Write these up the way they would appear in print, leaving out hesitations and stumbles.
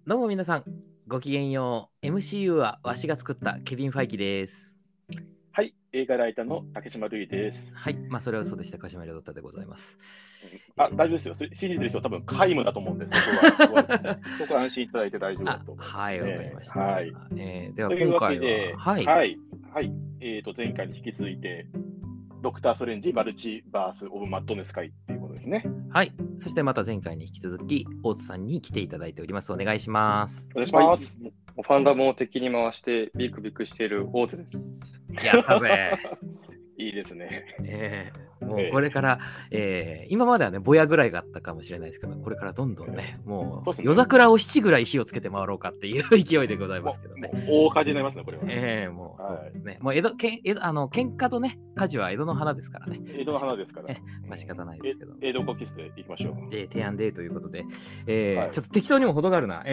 どうも皆さん、ごきげんよう。MCU はわしが作ったケビン・ファイキです。 はい、映画ライターの竹島るいです。 はい、それは嘘でした。鹿島亮太でございます。 大丈夫ですよ。信じてる人は多分皆無だと思うんで、そこは安心いただいて大丈夫だと思いますね。 はい、わかりました。 はい。 ではという今回わけで、 は、はい。 前回に引き続いて、ドクター・ストレンジ・マルチバース・オブ・マッドネス会っていうことですね。 はい、そしてまた前回に引き続き、大津さんに来ていただいております。お願いします。 お願いします。 ファンダムを敵に回してビクビクしている大津です。 やったぜ。 いいですね。 もうこれから、今まではね、ぼやぐらいがあったかもしれないですけど、これからどんどんね、もう夜桜を7ぐらい火をつけて回ろうかっていう勢いでございますけどね。 大火事になりますね、これは。 もうそうですね。もう喧嘩とね、火事は江戸の花ですからね。 江戸の花ですから。 仕方ないですけど。 江戸コキスでいきましょう。 提案でということで、ちょっと適当にも程があるな。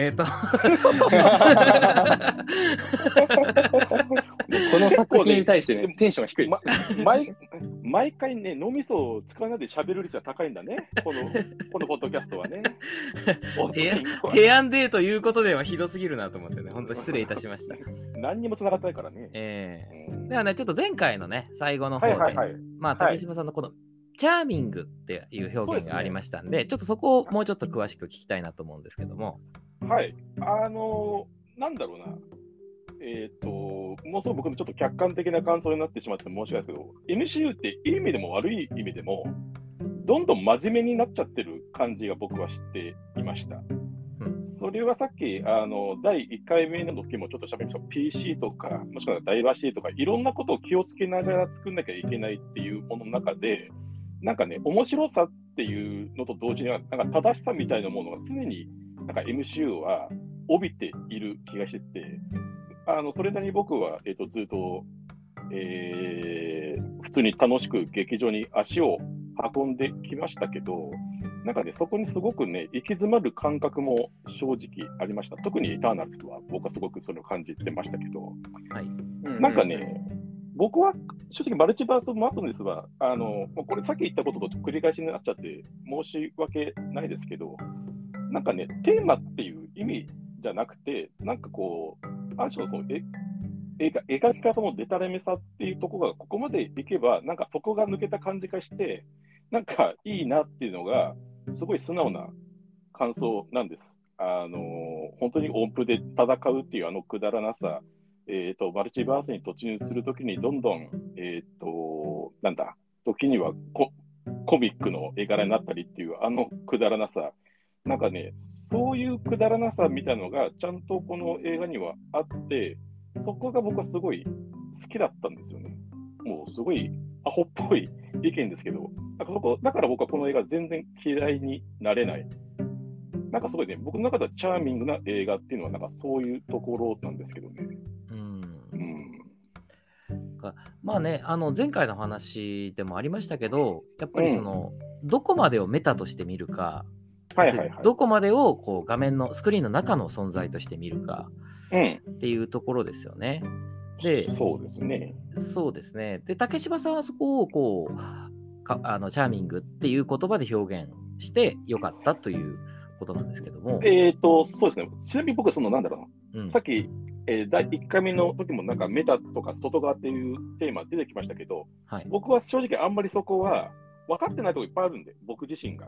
この作品に対してね、テンションが低い。 毎回ね、脳みそを使わないで喋る率が高いんだね、このポッドキャストはね。 提案でということではひどすぎるなと思ってね、本当に失礼いたしました。 何にも繋がってないからね。 ではね、ちょっと前回のね、最後の方で、竹島さんのこの、チャーミングっていう表現がありましたんで、ちょっとそこをもうちょっと詳しく聞きたいなと思うんですけども。 はい。なんだろうな。もうすぐ僕のちょっと客観的な感想になってしまって申し訳ないですけど、MCU っていい意味でも悪い意味でも、どんどん真面目になっちゃってる感じが僕は知っていました。それはさっき第1回目の時もちょっと喋りました PC とか、もしくはダイバーシティとか、いろんなことを気をつけながら作んなきゃいけないっていうものの中で、なんかね、面白さっていうのと同時には、なんか正しさみたいなものが常になんか MCU は帯びている気がしてて、それなりに僕は、ずっと、普通に楽しく劇場に足を運んできましたけど、なんかね、そこにすごくね、行き詰まる感覚も正直ありました。特にエターナルズは僕はすごくそれを感じてましたけど、なんかね、僕は正直マルチバース・マッドネスは、これさっき言ったことと繰り返しになっちゃって申し訳ないですけど、なんかね、テーマっていう意味じゃなくて、なんかこう、ある種の描き方のデタラメさっていうところがここまでいけば、なんかそこが抜けた感じがして、なんかいいなっていうのが、すごい素直な感想なんです。本当に音符で戦うっていうくだらなさ、マルチバースに突入するときにどんどん、時にはコミックの絵柄になったりっていうくだらなさ、なんかね、そういうくだらなさみたいなのがちゃんとこの映画にはあって、そこが僕はすごい好きだったんですよね。もうすごいアホっぽい意見ですけど、だから僕はこの映画全然嫌いになれない。なんかすごいね、僕の中ではチャーミングな映画っていうのはなんかそういうところなんですけどね。 前回の話でもありましたけど、やっぱりどこまでをメタとして見るか、どこまでをこう画面のスクリーンの中の存在として見るかっていうところですよね。で、そうですね。で、竹柴さんはそこをこうチャーミングっていう言葉で表現してよかったということなんですけども。 そうですね。ちなみに僕はさっき、第1回目の時もなんかメタとか外側っていうテーマ出てきましたけど、僕は正直あんまりそこは分かってないところいっぱいあるんで、僕自身が。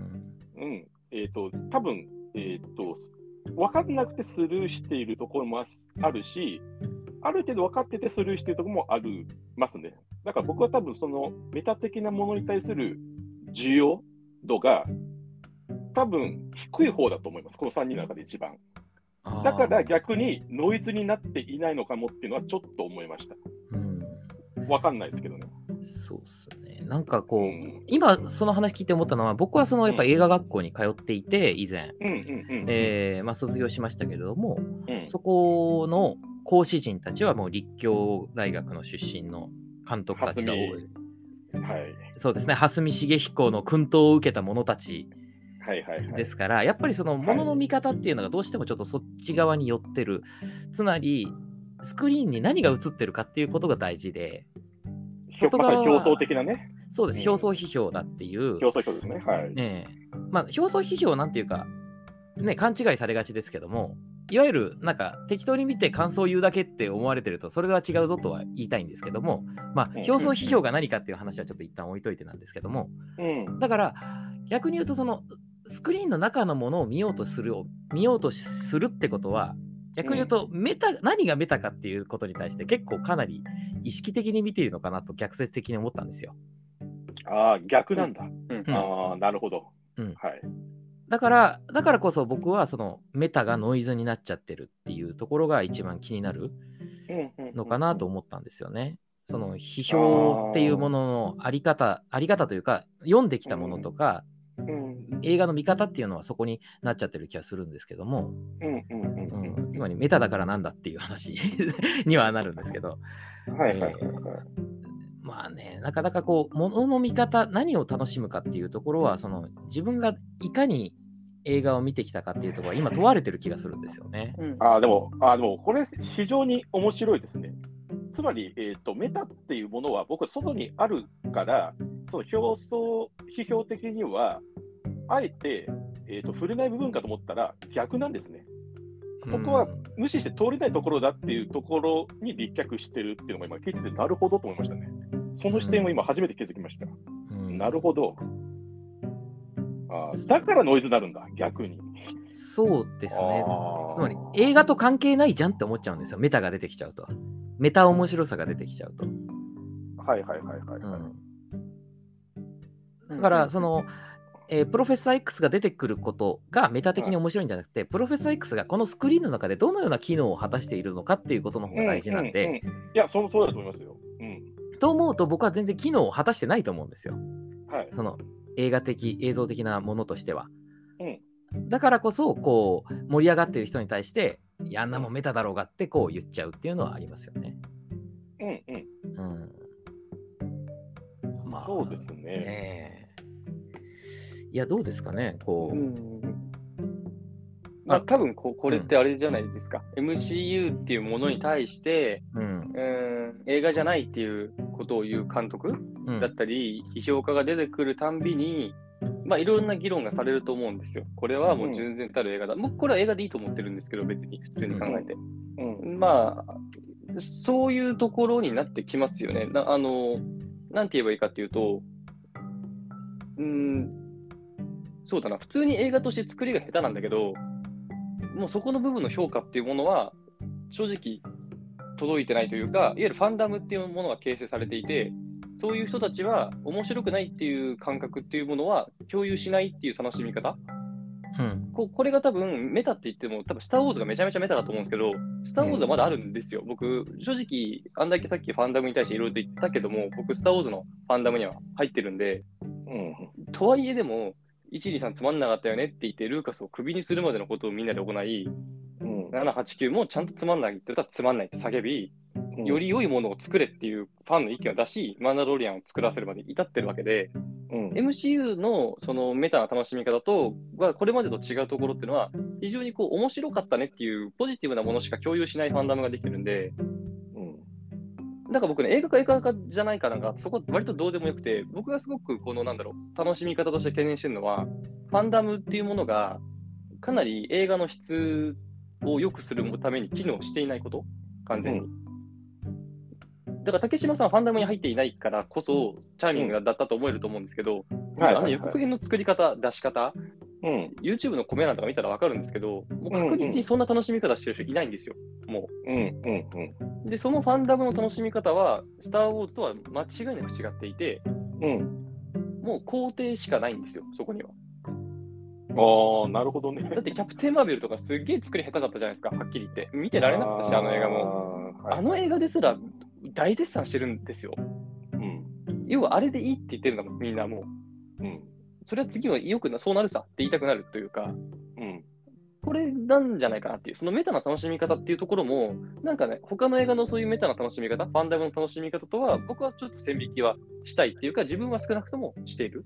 多分、分かんなくてスルーしているところもあるし、ある程度分かっててスルーしているところもありますね。だから僕は多分そのメタ的なものに対する需要度が多分低い方だと思います。この3人の中で一番。だから逆にノイズになっていないのかもっていうのはちょっと思いました。分かんないですけどね。 そうっすね。なんかこう、今その話聞いて思ったのは、僕はやっぱ映画学校に通っていて、以前、卒業しましたけれども、そこの講師陣たちはもう立教大学の出身の監督たちが多い。そうですね、蓮見茂彦の薫陶を受けた者たちですから、やっぱりそのものの見方っていうのがどうしてもちょっとそっち側に寄ってる。つまり、スクリーンに何が映ってるかっていうことが大事で、 外側は表層的なね。 そうです、表層批評だっていう。 表層批評ですね。 表層批評なんていうか、 ね、勘違いされがちですけども、いわゆるなんか適当に見て感想を言うだけって思われてるとそれは違うぞとは言いたいんですけども、まあ表層批評が何かっていう話はちょっと一旦置いといてなんですけども、だから逆に言うとそのスクリーンの中のものを見ようとするってことは、逆に言うと何がメタかっていうことに対して結構かなり意識的に見ているのかなと逆説的に思ったんですよ。 ああ、逆なんだ。ああ、なるほど。はい。 だからこそ僕はそのメタがノイズになっちゃってるっていうところが一番気になるのかなと思ったんですよね。その批評っていうもののあり方というか、読んできたものとか、映画の見方っていうのはそこになっちゃってる気がするんですけども、つまりメタだからなんだっていう話にはなるんですけど、まあね、なかなかこう物の見方、何を楽しむかっていうところは、その自分がいかに映画を見てきたかっていうところは今問われてる気がするんですよね。 でもこれ非常に面白いですね。つまり、メタっていうものは僕は外にあるから、その表層批評的にはあえて、触れない部分かと思ったら逆なんですね。そこは無視して通れないところだっていうところに立脚してるっていうのが今聞いててなるほどと思いましたね。その視点を今初めて気づきました。なるほど。だからノイズになるんだ、逆に。 そうですね。つまり映画と関係ないじゃんって思っちゃうんですよ。メタが出てきちゃうと。メタ面白さが出てきちゃうと。だからその、プロフェッサー X が出てくることがメタ的に面白いんじゃなくて、プロフェッサー X がこのスクリーンの中でどのような機能を果たしているのかっていうことの方が大事なんで。 いや、その通りだと思いますよ。 と思うと僕は全然機能を果たしてないと思うんですよ。その映像的なものとしては。だからこそこう盛り上がっている人に対していやあんなもんメタだろうがってこう言っちゃうっていうのはありますよね。 まあそうですね。 いやどうですかねこう。 まあ多分これってあれじゃないですか。MCU っていうものに対して、映画じゃないっていうことを言う監督だったり、批評家が出てくるたんびに、まあいろんな議論がされると思うんですよ。これはもう純然たる映画だ。僕これは映画でいいと思ってるんですけど、別に普通に考えて。まあ、そういうところになってきますよね。なんて言えばいいかっていうと、そうだな、普通に映画として作りが下手なんだけど、もうそこの部分の評価っていうものは、正直届いてないというか、いわゆるファンダムっていうものが形成されていて、そういう人たちは面白くないっていう感覚っていうものは共有しないっていう楽しみ方。これが多分メタって言っても、多分スター・ウォーズがめちゃめちゃメタだと思うんですけど、スター・ウォーズはまだあるんですよ。僕、正直、あんだけさっきファンダムに対していろいろと言ったけども、僕、スター・ウォーズのファンダムには入ってるんで、とはいえでも、123つまんなかったよねって言って、ルーカスをクビにするまでのことをみんなで行い、789もちゃんとつまんないって言ったらつまんないって叫び、より良いものを作れっていうファンの意見を出し、マンダロリアンを作らせるまで至ってるわけで、MCU のそのメタな楽しみ方とはこれまでと違うところっていうのは、非常にこう面白かったねっていうポジティブなものしか共有しないファンダムができてるんで、だから僕ね、映画化じゃないかなんか、そこ割とどうでもよくて、僕がすごくこの楽しみ方として懸念してるのは、ファンダムっていうものがかなり映画の質を良くするために機能していないこと、完全に。だから竹島さんはファンダムに入っていないからこそチャーミングだったと思えると思うんですけど、予告編の作り方、出し方、YouTube のコメ欄とか見たら分かるんですけど、もう確実にそんな楽しみ方してる人いないんですよ、もう。で、そのファンダムの楽しみ方は、スター・ウォーズとは間違いなく違っていて、もう肯定しかないんですよ、そこには。 なるほどね。 だってキャプテン・マーベルとかすっげえ作り下手だったじゃないですか、はっきり言って。見てられなかったし、あの映画も。あの映画ですら大絶賛してるんですよ。要はあれでいいって言ってるんだもん、みんなもう。それは次はそうなるさって言いたくなるというか、これなんじゃないかなっていう、そのメタな楽しみ方っていうところも、なんかね、他の映画のそういうメタな楽しみ方、ファンダムの楽しみ方とは、僕はちょっと線引きはしたいっていうか、自分は少なくともしている。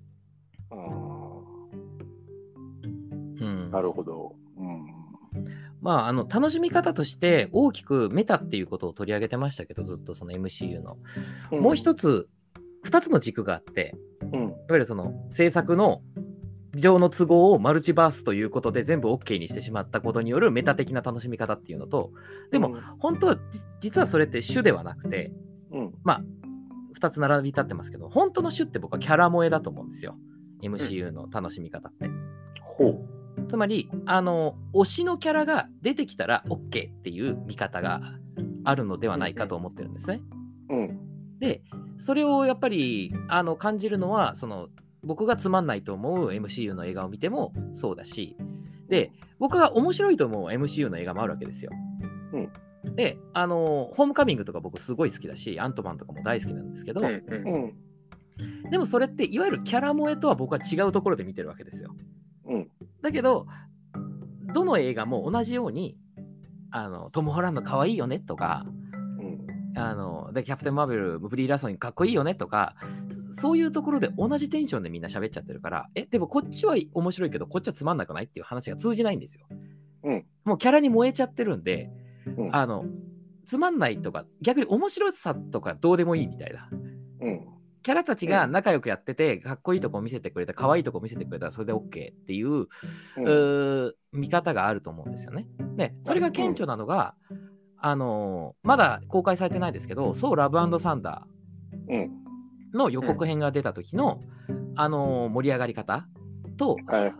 なるほど。 まあ、楽しみ方として大きくメタっていうことを取り上げてましたけど、ずっとその MCU の。もう一つ、2つの軸があって、いわゆるその制作の上の都合をマルチバースということで全部 OK にしてしまったことによるメタ的な楽しみ方っていうのと、でも本当は実はそれって主ではなくて、まあ2つ並び立ってますけど、本当の主って僕はキャラ萌えだと思うんですよ。MCU の楽しみ方って。つまり推しのキャラが出てきたら OK っていう見方があるのではないかと思ってるんですね。でそれをやっぱり感じるのは僕がつまんないと思う MCU の映画を見てもそうだし、で僕が面白いと思う MCU の映画もあるわけですよ。でホームカミングとか僕すごい好きだし、アントマンとかも大好きなんですけど、でもそれっていわゆるキャラ萌えとは僕は違うところで見てるわけですよ。だけどどの映画も同じようにトム・ホランド可愛いよねとか、でキャプテン・マーベルブリー・ラソンかっこいいよねとか、そういうところで同じテンションでみんな喋っちゃってるから、でもこっちは面白いけどこっちはつまんなくないっていう話が通じないんですよ。もうキャラに燃えちゃってるんで、つまんないとか逆に面白さとかどうでもいいみたいな、キャラたちが仲良くやっててかっこいいとこ見せてくれた、可愛いとこ見せてくれたらそれで OK っていう、見方があると思うんですよね。でそれが顕著なのが、まだ公開されてないですけど、ソーラブ&サンダーの予告編が出た時の、盛り上がり方と、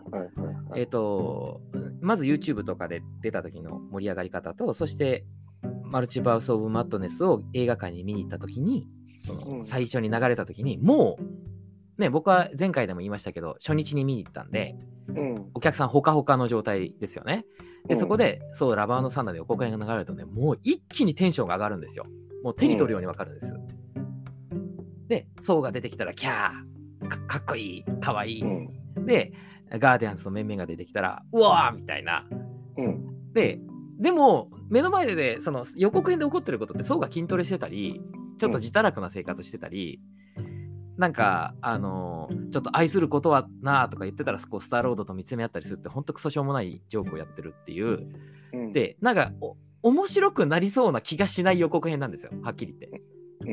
まず YouTube とかで出た時の盛り上がり方と、そしてマルチバース・オブ・マッドネスを映画館に見に行った時に、最初に流れた時にもうね、僕は前回でも言いましたけど初日に見に行ったんで、お客さんほかほかの状態ですよね。でそこでそうラバー&サンダーで予告編が流れるとね、もう一気にテンションが上がるんですよ。もう手に取るように分かるんです。でソーが出てきたらキャー かっこいいかわいい、でガーディアンズの面々が出てきたらうわーみたいな、でも目の前でその予告編で起こってることってソーが筋トレしてたりちょっと自堕落な生活してたり、なんかちょっと愛することはなとか言ってたらこうスターロードと見つめ合ったりするってほんとクソしょうもないジョークをやってるっていう、でなんか面白くなりそうな気がしない予告編なんですよ、はっきり言って。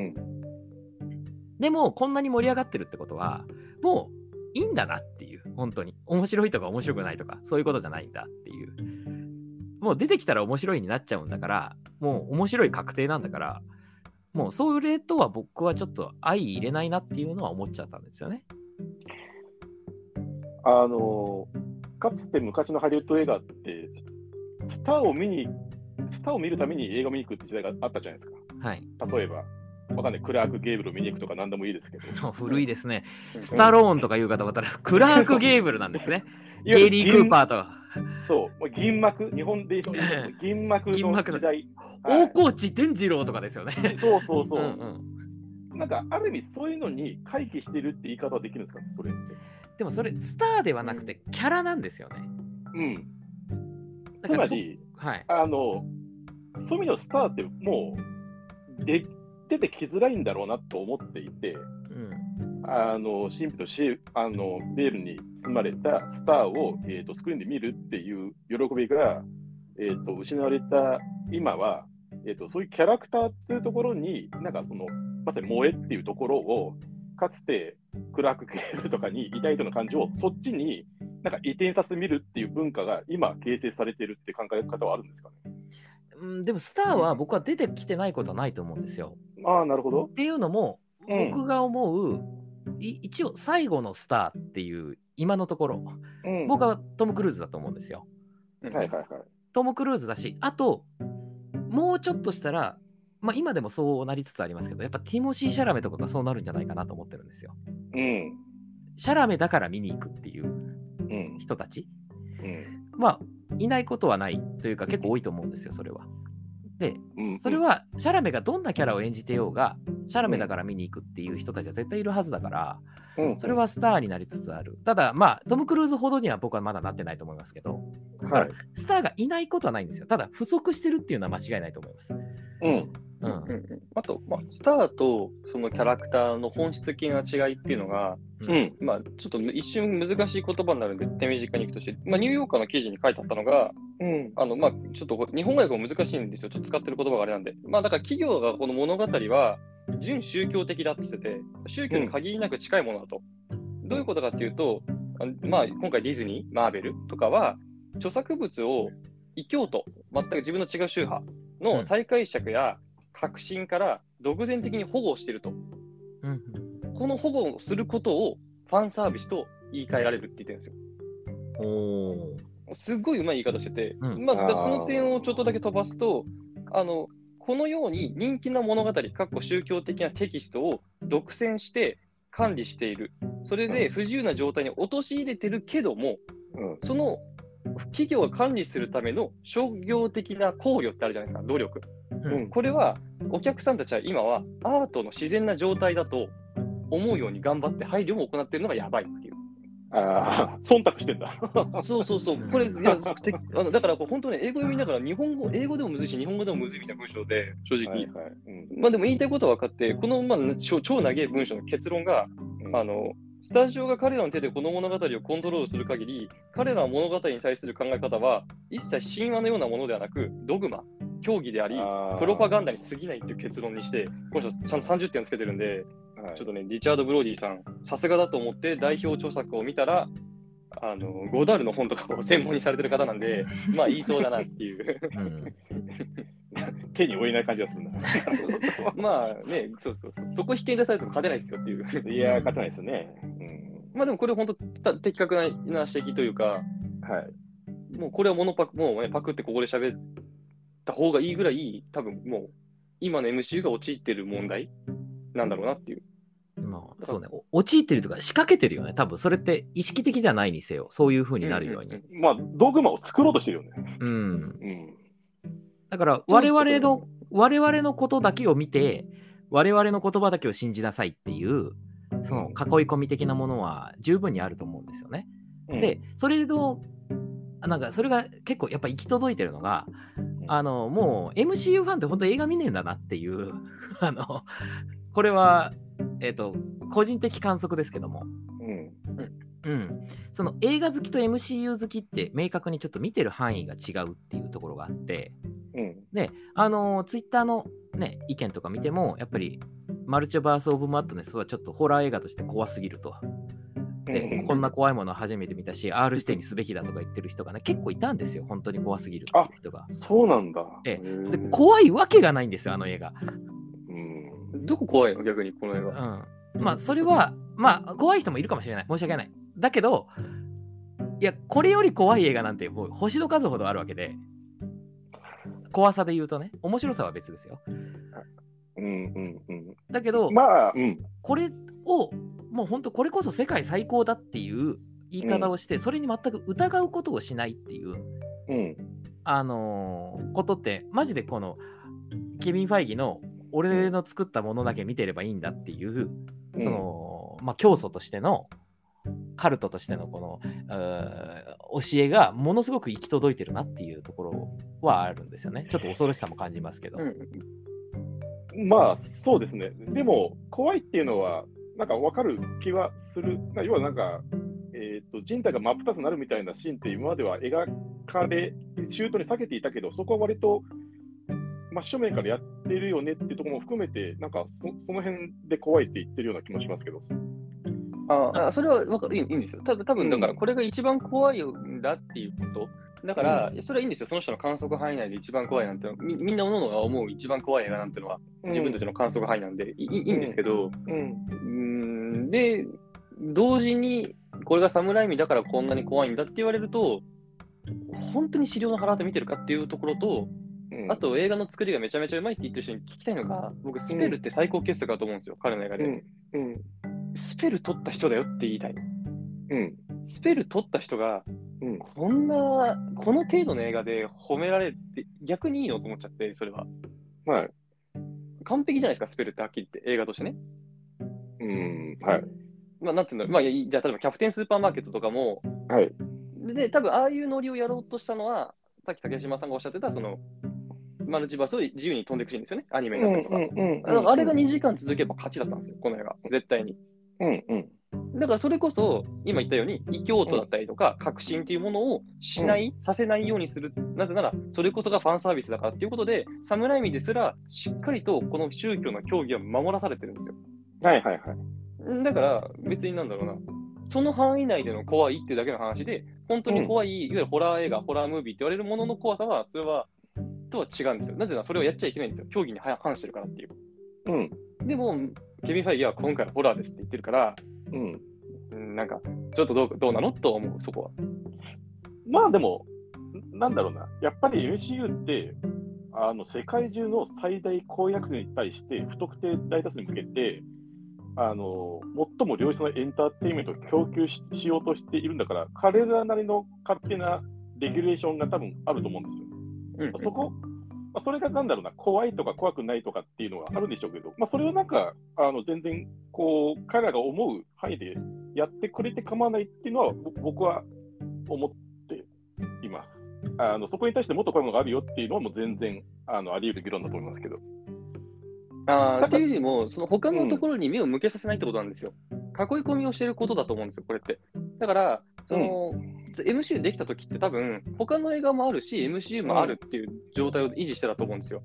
でもこんなに盛り上がってるってことはもういいんだなっていう、本当に面白いとか面白くないとかそういうことじゃないんだっていう、もう出てきたら面白いになっちゃうんだから、もう面白い確定なんだから、もうそれとは僕はちょっと相入れないなっていうのは思っちゃったんですよね。 かつて昔のハリウッド映画ってスターを見るために映画を見に行くって時代があったじゃないですか。 はい。 例えばわかんない、クラーク・ゲーブルを見に行くとか何でもいいですけど。 古いですね。スタローンとかいう方だったらクラーク・ゲーブルなんですね。ゲイリー・クーパーとか。 そう、銀幕、日本で銀幕の時代。 大河内伝次郎とかですよね。 そう。なんかある意味そういうのに回帰してるって言い方はできるんですかね、それって。 でもそれスターではなくてキャラなんですよね。 つまり、そういう意味のスターってもう出てきづらいんだろうなと思っていて、神秘とベールに包まれたスターを、スクリーンで見るっていう喜びが、失われた今は、そういうキャラクターっていうところになんかまさに萌えっていうところをかつてクラーク・ゲーブルとかに抱いたような感情をそっちになんか移転させてみるっていう文化が今形成されているって考え方はあるんですかね。 でもスターは僕は出てきてないことはないと思うんですよ。 なるほど。 っていうのも、僕が思う一応最後のスターっていう今のところ、僕はトム・クルーズだと思うんですよ。トム・クルーズだし、あともうちょっとしたら、今でもそうなりつつありますけど、やっぱティモシー・シャラメとかがそうなるんじゃないかなと思ってるんですよ。シャラメだから見に行くっていう人たち、いないことはないというか結構多いと思うんですよ、それは。で、それはシャラメがどんなキャラを演じてようが、シャラメだから見に行くっていう人たちは絶対いるはずだから、それはスターになりつつある。ただ、トム・クルーズほどには僕はまだなってないと思いますけど、スターがいないことはないんですよ。ただ、不足してるっていうのは間違いないと思います。 あと、スターとそのキャラクターの本質的な違いっていうのが、ちょっと一瞬難しい言葉になるんで手短にいくとして、ニューヨーカーの記事に書いてあったのが、ちょっと日本語訳も難しいんですよ。ちょっと使ってる言葉があれなんで。だから企業がこの物語は純宗教的だって言ってて、宗教に限りなく近いものだと。どういうことかっていうと、 まあ、今回ディズニー、マーベルとかは、著作物を異教徒、全く自分の違う宗派の再解釈や革新から独善的に保護をしていると。この保護をすることをファンサービスと言い換えられるって言ってるんですよ。すっごいうまい言い方してて、まあ、その点をちょっとだけ飛ばすと、このように人気な物語、宗教的なテキストを独占して管理している。それで不自由な状態に陥れてるけども、その企業が管理するための商業的な考慮ってあるじゃないですか、努力。これはお客さんたちは今はアートの自然な状態だと思うように頑張って配慮も行っているのがやばいっていう。 忖度してんだ。 そう。これ、だから本当ね、英語読みながら英語でもむずいし、日本語でもむずいみたいな文章で、正直。まあでも言いたいことは分かって、この、超長い文章の結論が、スタジオが彼らの手でこの物語をコントロールする限り、彼らの物語に対する考え方は、一切神話のようなものではなく、ドグマ、教義であり、プロパガンダに過ぎないっていう結論にして、この人ちゃんと30点つけてるんで、ちょっとね、リチャード・ブローディさん、さすがだと思って代表著作を見たら、ゴダールの本とかを専門にされてる方なんで、まあ言いそうだなっていう。 手に負えない感じがするな。 まあね、そこ引き出されても勝てないですよっていう。 いや、勝てないですね。 まあでもこれ本当的確な指摘というか、もうこれはもうパクってここで喋った方がいいぐらい、多分もう今の MCU が陥ってる問題なんだろうなっていう。 まあそうね、陥ってるとか仕掛けてるよね。多分それって意識的ではないにせよ、そういう風になるように。 まあドグマを作ろうとしてるよね。 だから我々のことだけを見て、我々の言葉だけを信じなさいっていうその囲い込み的なものは十分にあると思うんですよね。で、それが結構やっぱ行き届いてるのが、もう MCU ファンって本当映画見ねえんだなっていうこれは個人的観測ですけども、その映画好きと MCU 好きって明確にちょっと見てる範囲が違うっていうところがあって、でツイッターのね意見とか見てもやっぱりマルチバース・オブ・マッドネスはちょっとホラー映画として怖すぎると。でこんな怖いものを初めて見たし R 指定にすべきだとか言ってる人がね結構いたんですよ。本当に怖すぎるっていう人が。 そうなんだ。 で怖いわけがないんですよ、あの映画。 どこ怖いの逆にこの映画。 まあそれはまあ怖い人もいるかもしれない。申し訳ない。だけどいやこれより怖い映画なんてもう星の数ほどあるわけで、怖さで言うとね、面白さは別ですよ。だけど、これをもう本当これこそ世界最高だっていう言い方をして、それに全く疑うことをしないっていう、ことってマジでこのケビン・ファイギの俺の作ったものだけ見てればいいんだっていうその教祖としてのカルトとしてのこの教えがものすごく行き届いてるなっていうところはあるんですよね。ちょっと恐ろしさも感じますけど。 まあそうですね。でも怖いっていうのはなんか分かる気はする。要はなんか、人体が真っ二つになるみたいなシーンって今までは描かれ、シュートに避けていたけど、そこは割と真正面からやってるよねっていうところも含めて、なんかその辺で怖いって言ってるような気もしますけど。 それは分かる、いいんですよ。多分だからこれが一番怖いんだっていうこと。だから、それはいいんですよ。その人の観測範囲内で一番怖いなんてみんな各々が思う一番怖い映画なんてのは、自分たちの観測範囲なんでいいんですけど、で、同時にこれがサムライミだからこんなに怖いんだって言われると、本当に資料の腹で見てるかっていうところと、あと映画の作りがめちゃめちゃうまいって言ってる人に聞きたいのが、僕、スペルって最高傑作だと思うんですよ、彼の映画で。スペル取った人だよって言いたい。スペル取った人が、この程度の映画で褒められて逆にいいのと思っちゃって、それは。完璧じゃないですか、スペルってはっきり言って、映画としてね。なんていうんだろう、じゃあ例えばキャプテンスーパーマーケットとかも、で、多分ああいうノリをやろうとしたのは、さっき竹島さんがおっしゃってた、その、マルチバースを自由に飛んでいくシーンですよね、アニメになったとか。あれが2時間続けば勝ちだったんですよ、この映画、絶対に。だからそれこそ、今言ったように、異教徒だったりとか、革新っていうものをさせないようにする。なぜなら、それこそがファンサービスだからっていうことで、サムライミですら、しっかりとこの宗教の教義は守らされてるんですよ。だから、別になんだろうな。 その範囲内での怖いっていうだけの話で、本当に怖い、いわゆるホラー映画、ホラームービーって言われるものの怖さは、それは、とは違うんですよ。なぜならそれをやっちゃいけないんですよ。競技に反してるからっていう。でも、ケビン・ファイギーは今回はホラーですって言ってるから、なんか、ちょっとどうなのと思う、そこは。 まあでも、なんだろうな、やっぱり MCU って、世界中の最大公約数に対して、不特定大多数に向けて、最も良質なエンターテインメントを供給 しようとしているんだから、彼らなりの勝手なレギュレーションが多分あると思うんですよ。それがなんだろうな、怖いとか怖くないとかっていうのはあるんでしょうけど、それはなんか、全然、彼らが思う範囲でやってくれて構わないっていうのは、僕は思っています。そこに対してもっと怖いものがあるよっていうのは、もう全然あり得る議論だと思いますけど。 っていうよりも、その他のところに目を向けさせないってことなんですよ。囲い込みをしてることだと思うんですよ、これって。だから、MCU できたときって多分、他の映画もあるし、MCU もあるっていう状態を維持してたと思うんですよ。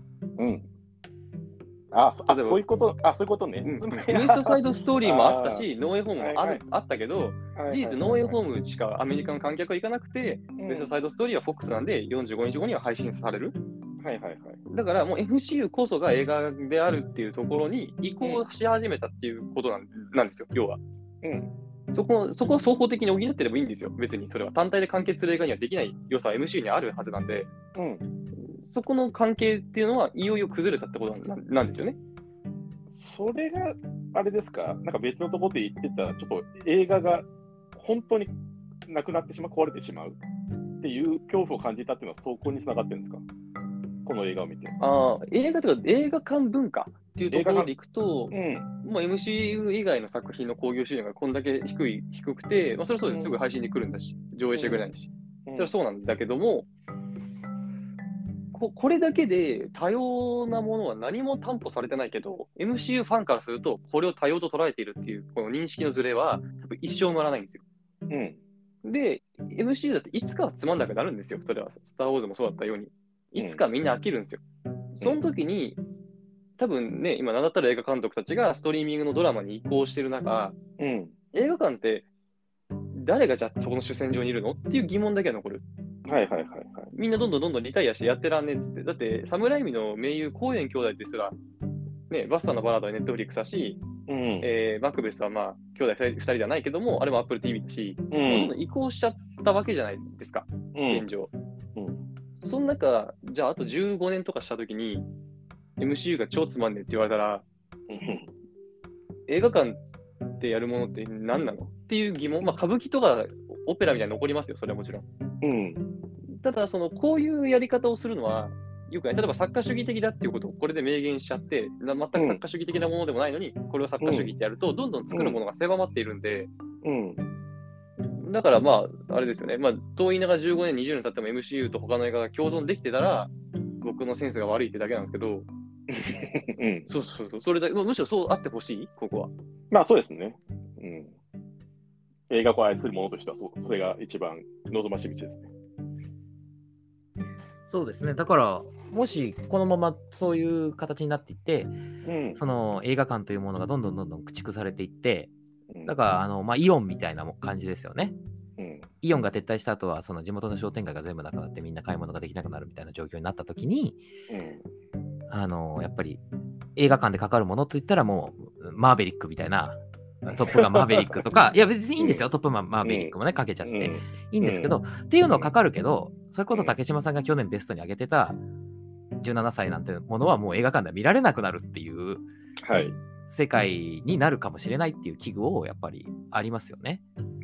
そういうことね。 ウエストサイドストーリーもあったし、ノーエイホームもあったけど、事実、ノーエイホームしかアメリカの観客は行かなくて、ウエストサイドストーリーは FOX なんで、45日後には配信される。だからもう MCU こそが映画であるっていうところに移行し始めたっていうことなんですよ、要は。そこは双方的に補ってればいいんですよ、別にそれは。単体で完結する映画にはできない良さは MCU にあるはずなんで、そこの関係っていうのはいよいよ崩れたってことなんですよね。 それがあれですか、なんか別のところで言ってた、ちょっと映画が本当になくなってしまう、壊れてしまうっていう恐怖を感じたっていうのは、そこにつながってるんですか、この映画を見て。 映画というか、映画館文化っていうところでいくと、もう MCU 以外の作品の興行収入がこんだけ低くて、それはそうです、すぐ配信に来るんだし、上映してくれないし、それはそうなんだけども、これだけで多様なものは何も担保されてないけど、MCU ファンからすると、これを多様と捉えているっていう、この認識のズレは、多分一生埋まらないんですよ。で、MCU だっていつかはつまんなくなるんですよ、それは。スター・ウォーズもそうだったように。いつかみんな飽きるんですよ。その時に、多分ね、今、名だったる映画監督たちがストリーミングのドラマに移行してる中、映画館って誰がじゃあそこの主戦場にいるのっていう疑問だけは残る。みんなどんどんリタイアしてやってらんねえっつって。だって、サムライミの盟友、コーエン兄弟ですら、ね、バスターのバラードはネットフリックスだし、マクベスは兄弟2人ではないけども、あれも Apple TV だし、どんどん移行しちゃったわけじゃないですか、現状。その中、じゃああと15年とかしたときに、MCU が超つまんねえって言われたら、映画館でやるものって何なのっていう疑問、歌舞伎とかオペラみたいに残りますよ、それはもちろん。ただ、こういうやり方をするのは、よくない。例えば作家主義的だっていうことをこれで明言しちゃって、全く作家主義的なものでもないのに、これを作家主義ってやると、どんどん作るものが狭まっているんで、だからあれですよね、と言いながら15年、20年経っても MCU と他の映画が共存できてたら、僕のセンスが悪いってだけなんですけど、それだけ、むしろそうあってほしい、ここは。 そうですね。映画を愛する者としてはそれが一番望ましい道ですね。 そうですね。だから、もしこのままそういう形になっていって、その映画館というものがどんどん駆逐されていって、だからイオンみたいな感じですよね。イオンが撤退した後は、その地元の商店街が全部なくなってみんな買い物ができなくなるみたいな状況になった時に、やっぱり映画館でかかるものといったらもうマーベリックみたいな、トップガンマーベリックとか、いや別にいいんですよ、トップガンマーベリックもね、かけちゃっていいんですけど、っていうのはかかるけど、それこそ竹島さんが去年ベストに挙げてた17歳なんてものはもう映画館では見られなくなるっていう世界になるかもしれないっていう危惧をやっぱりありますよね。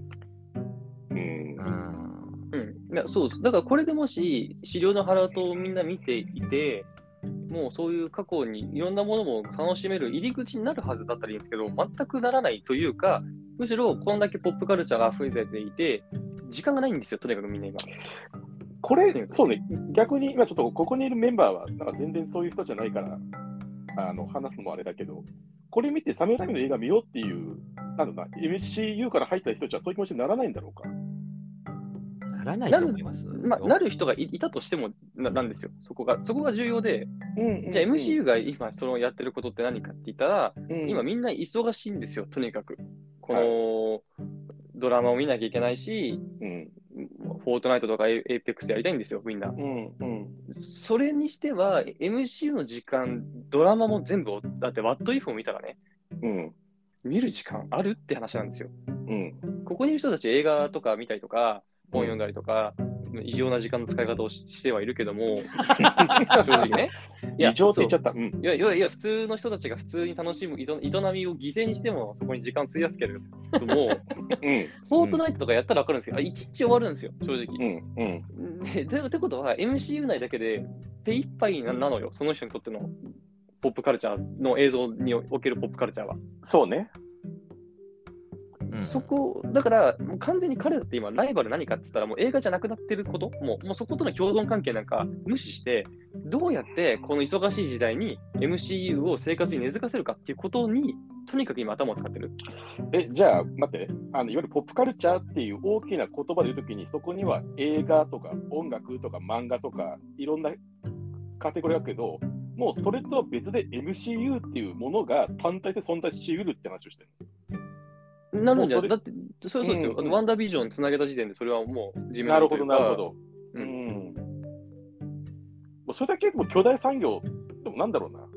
そうです。だからこれでもし資料のハラウトをみんな見ていて、もうそういう過去にいろんなものも楽しめる入り口になるはずだったらいいんですけど、全くならないというか、むしろこんだけポップカルチャーが溢れていて、時間がないんですよ、とにかくみんな今。 これ、そうね、逆に今ちょっとここにいるメンバーは、なんか全然そういう人じゃないから、話すのもあれだけど、これ見てサムライミの映画見ようっていう、なんだろうな、MCU から入った人たちはそういう気持ちにならないんだろうか。 ならないと思います。 なる人がいたとしてもなんですよ。そこが重要で、じゃあ MCU が今そのやってることって何かって言ったら、今みんな忙しいんですよ、とにかく。この、 ドラマを見なきゃいけないし、フォートナイトとかエイペックスやりたいんですよ、みんな。それにしては、MCU の時間、ドラマも全部、だって What If を見たらね、見る時間あるって話なんですよ。ここにいる人たち映画とか見たりとか、本読んだりとか、異常な時間の使い方をしてはいるけども、正直ね。 異常って言っちゃった。 いや、普通の人たちが普通に楽しむ営みを犠牲にしても、そこに時間を費やすけれども、フォートナイトとかやったら分かるんですけど、一日終わるんですよ、正直。ってことは、MCU 内だけで手一杯なのよ、その人にとってのポップカルチャーの映像におけるポップカルチャーは。 そうね。 そこ、だから、もう完全に彼だって今、ライバル何かって言ったら、もう映画じゃなくなってること、もうそことの共存関係なんか無視して、どうやってこの忙しい時代に MCU を生活に根付かせるかっていうことに、とにかく今、頭を使ってる。 じゃあ、待って、いわゆるポップカルチャーっていう大きな言葉で言うときに、そこには映画とか音楽とか漫画とか、いろんなカテゴリーだけど、もうそれとは別で MCU っていうものが単体で存在しうるって話をしてる。 なるんじゃ、だって、そうですよ、ワンダービジョンつなげた時点で、それはもう自分なるほど、なるほど。もうそれだけもう巨大産業、でもなんだろうな。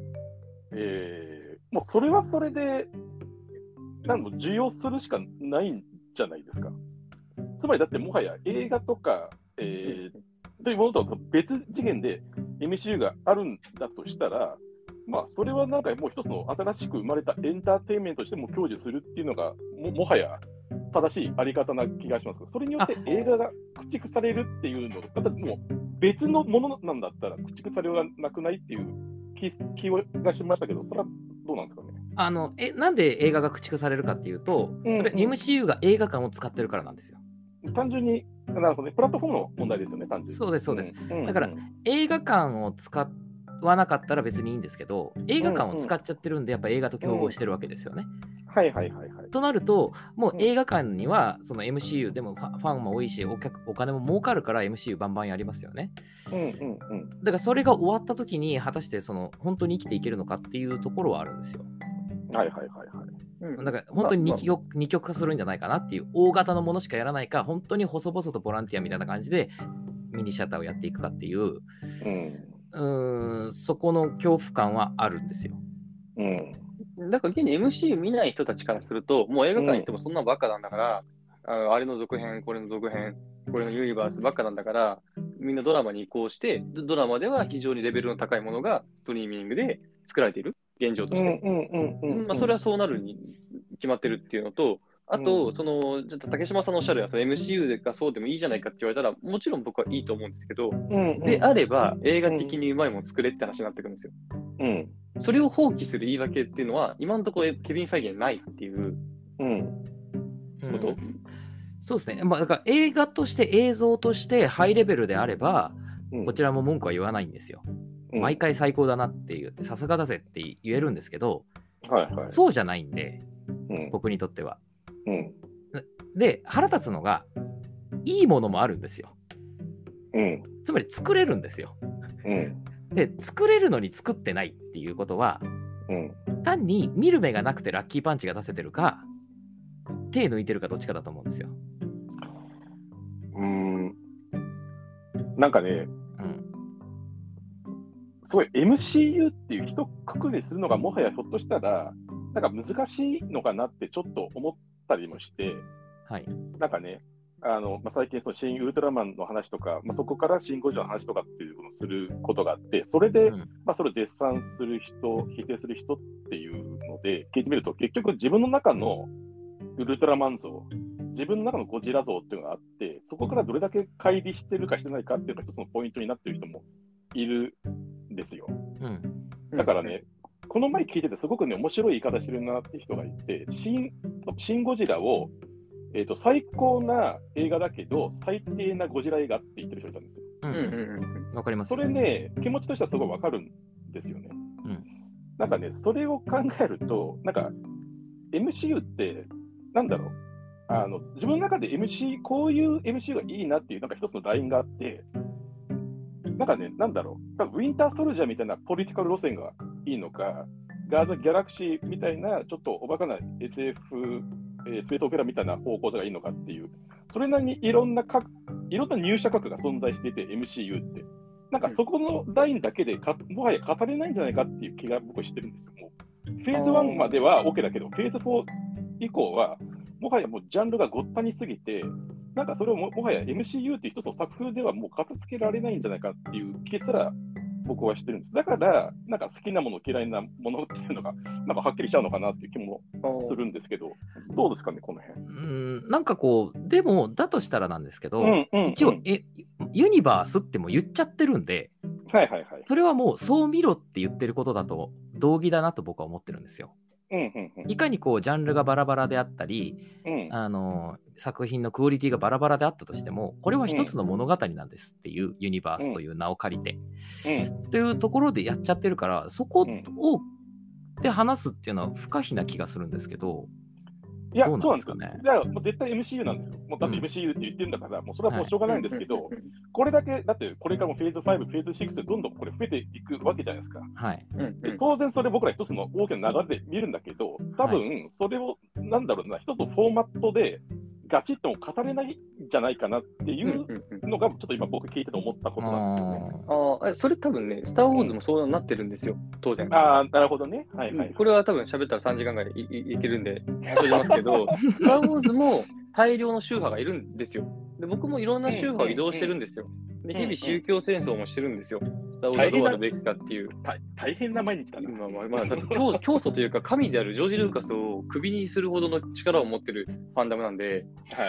もうそれはそれで、需要するしかないんじゃないですか。つまりだってもはや映画とか、というものとは別次元で MCU があるんだとしたら、まあ、それはなんかもう一つの新しく生まれたエンターテインメントとしても享受するっていうのが もはや正しいあり方な気がします。それによって映画が駆逐されるっていうのが、だってもう別のものなんだったら駆逐されようがなくないっていう気がしましたけど、それはどうなんですかね。 なんで映画が駆逐されるかっていうと、それ MCU が映画館を使ってるからなんですよ。 単純に、なるほどね、プラットフォームの問題ですよね、単純に。 そうです、そうです。だから映画館を使わなかったら別にいいんですけど、映画館を使っちゃってるんで、やっぱ映画と競合してるわけですよね。となると、もう映画館にはその MCU でもファンも多いし、お金も儲かるから MCU バンバンやりますよね。だからそれが終わった時に果たしてその本当に生きていけるのかっていうところはあるんですよ。だから本当に二極化するんじゃないかなっていう、大型のものしかやらないか、本当に細々とボランティアみたいな感じでミニシアターをやっていくかっていう、そこの恐怖感はあるんですよ。 だから現に MCU 見ない人たちからすると、もう映画館行ってもそんなばっかなんだから、あれの続編、これの続編、これのユニバースばっかなんだから、みんなドラマに移行して、ドラマでは非常にレベルの高いものがストリーミングで作られている、現状として。それはそうなるに決まってるっていうのと、あと、竹島さんのおっしゃるMCU がそうでもいいじゃないかって言われたら、もちろん僕はいいと思うんですけど、であれば映画的にうまいもの作れって話になってくるんですよ。それを放棄する言い訳っていうのは、今のところケビン・ファイギーにないっていうこと、 そうですね。だから映画として映像としてハイレベルであれば、こちらも文句は言わないんですよ。毎回最高だなって言って、さすがだぜって言えるんですけど、そうじゃないんで、僕にとっては。で、腹立つのが、いいものもあるんですよ。つまり作れるんですよ。で、作れるのに作ってないっていうことは、単に見る目がなくてラッキーパンチが出せてるか、手抜いてるかどっちかだと思うんですよ。 なんかね、すごい MCU っていう一括りするのがもはやひょっとしたら、なんか難しいのかなってちょっと思ったりもして、なんかね、最近その新ウルトラマンの話とか、そこから新ゴジラの話とかっていうのをすることがあって、それで、それを絶賛する人、否定する人っていうので、聞いてみると、結局自分の中のウルトラマン像、自分の中のゴジラ像っていうのがあって、そこからどれだけ乖離してるかしてないかっていうのが一つのポイントになっている人もいるんですよ。だからね、この前聞いててすごくね、面白い言い方してるなって人がいて、新ゴジラを最高な映画だけど、最低なゴジラ映画って言ってる人いたんですよ。 わかります。 それね、気持ちとしてはすごいわかるんですよね。なんかね、それを考えると、なんか MCU って、なんだろう、自分の中でこういう MCU がいいなっていう、なんか一つのラインがあって、なんかね、なんだろう、ウィンターソルジャーみたいなポリティカル路線がいいのか、ガード・ギャラクシーみたいなちょっとおバカな SF スペースオペラみたいな方向性がいいのかっていう、それなりにいろんな入射角が存在していて、MCU って。なんかそこのラインだけでもはや語れないんじゃないかっていう気が僕してるんですよ。もうフェーズ1までは OK だけど、フェーズ4以降は、もはやもうジャンルがごったにすぎて、なんかそれをもはや MCU っていう一つの作風ではもう片付けられないんじゃないかっていう気すら僕はしてるんです。だから、なんか好きなもの、嫌いなものっていうのが、なんかはっきりしちゃうのかなっていう気もするんですけど、どうですかね、この辺。 なんかこう、でも、だとしたらなんですけど、一応、ユニバースっても言っちゃってるんで、それはもうそう見ろって言ってることだと同義だなと僕は思ってるんですよ。いかにこうジャンルがバラバラであったり、作品のクオリティがバラバラであったとしても、これは一つの物語なんですっていうユニバースという名を借りて、というところでやっちゃってるから、そこをで話すっていうのは不可避な気がするんですけど、 いや、そうなんですかね。いや、もう絶対 MCU なんですよ。もうだって MCU って言ってるんだから、もうそれはもうしょうがないんですけど、これだけ、だってこれからもフェーズ5、フェーズ6でどんどんこれ増えていくわけじゃないですか。で当然それ僕ら一つの大きな流れで見るんだけど、多分それを、なんだろうな、一つのフォーマットでガチッとも語れないんじゃないかなっていうのが、ちょっと今僕聞いてて思ったことなんですよね。 それ多分ね、スター・ウォーズもそうなってるんですよ、当然。 なるほどね。 これは多分喋ったら3時間ぐらいいけるんで、申し上げますけど、スター・ウォーズも大量の宗派がいるんですよ。で僕もいろんな宗派を移動してるんですよ。で日々宗教戦争もしてるんですよ。スター・ウォーズはどうあるべきかっていう。 大変な毎日だな。 だって教祖というか神であるジョージ・ルーカスをクビにするほどの力を持ってるファンダムなんで、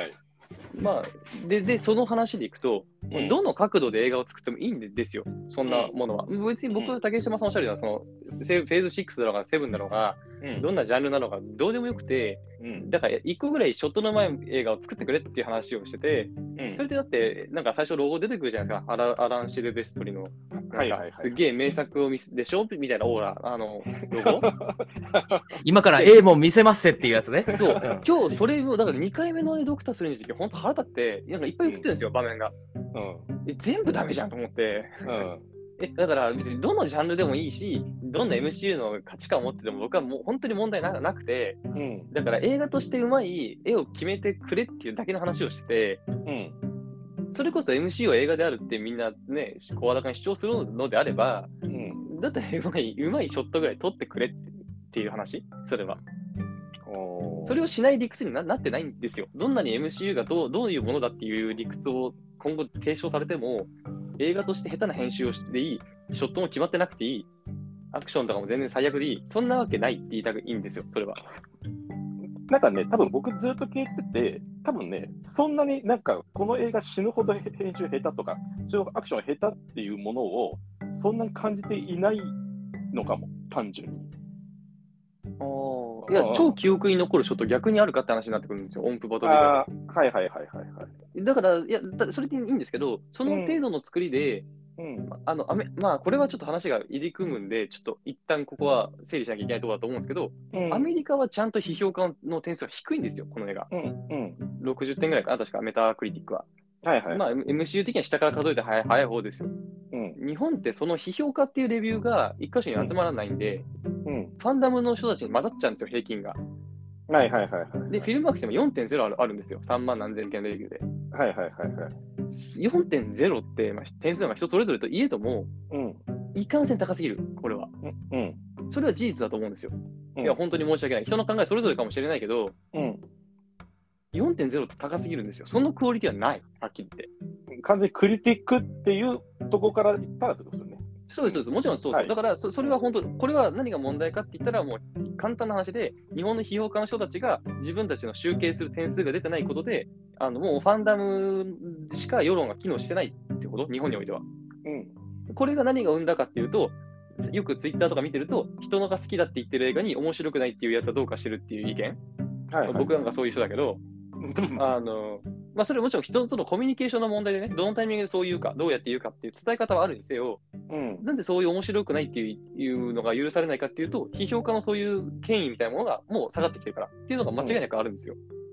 でその話でいくと、どの角度で映画を作ってもいいんですよ、そんなものは。別に僕、竹島さんおっしゃるような、そのフェーズ6だろうが7だろうが、どんなジャンルなのかどうでもよくて、だから1個ぐらいショットの前映画を作ってくれっていう話をしてて、それでだって、なんか最初ロゴ出てくるじゃないですか、アラン・シルベストリの。すげえ名作をでしょみたいなオーラ、ロゴ今から A も見せますっていうやつね。 そう、今日それを、だから2回目のドクターストレンジの時、本当腹立って、なんかいっぱい映ってるんですよ、場面が。全部ダメじゃんと思って。だから別にどのジャンルでもいいし、どんな MCU の価値観を持ってても僕はもう本当に問題なくて、だから映画としてうまい絵を決めてくれっていうだけの話をしてて、それこそ MCU は映画であるってみんなね、声高に主張するのであれば、だってうまいショットぐらい撮ってくれっていう話、それは。それをしない理屈に なってないんですよ。どんなに MCU がどういうものだっていう理屈を今後提唱されても、映画として下手な編集をしていい、ショットも決まってなくていい、アクションとかも全然最悪でいい、そんなわけないって言いたくいいんですよ、それは。 なんかね、多分僕ずっと聞いてて、多分ね、そんなになんかこの映画死ぬほど編集下手とか、アクション下手っていうものをそんなに感じていないのかも、単純に。 いや、超記憶に残るショット逆にあるかって話になってくるんですよ、音符バトルで。だから、いや、それでいいんですけど、その程度の作りで、まあ、これはちょっと話が入り組むんで、ちょっと一旦ここは整理しなきゃいけないところだと思うんですけど、アメリカはちゃんと批評家の点数が低いんですよ、この映画。60点ぐらいかな、確か、メタクリティックは。まあ、MCU 的には下から数えて早い方ですよ。日本ってその批評家っていうレビューが一箇所に集まらないんで、ファンダムの人たちに混ざっちゃうんですよ、平均が。で、フィルマークスでも 4.0 あるんですよ、3万何千件のレビューで。4.0 って、点数が人それぞれといえども、いかんせん高すぎる、これは。それは事実だと思うんですよ。いや、本当に申し訳ない。人の考えそれぞれかもしれないけど、4.0 って高すぎるんですよ。そのクオリティはない、はっきり言って。 完全にクリティックっていうところから言ったらってことですよね。 そうです。もちろんそうです。だからそれは本当、これは何が問題かって言ったら、もう簡単な話で、日本の批評家の人たちが自分たちの集計する点数が出てないことで、もうファンダムしか世論が機能してないってこと、日本においては。これが何が生んだかっていうと、よくツイッターとか見てると、人のが好きだって言ってる映画に面白くないっていうやつはどうかしてるっていう意見。僕なんかそういう人だけど、それもちろん人とのコミュニケーションの問題でね、どのタイミングでそう言うか、どうやって言うかっていう伝え方はあるにせよ、なんでそういう面白くないっていうのが許されないかっていうと、批評家のそういう権威みたいなものがもう下がってきてるからっていうのが間違いなくあるんですよ。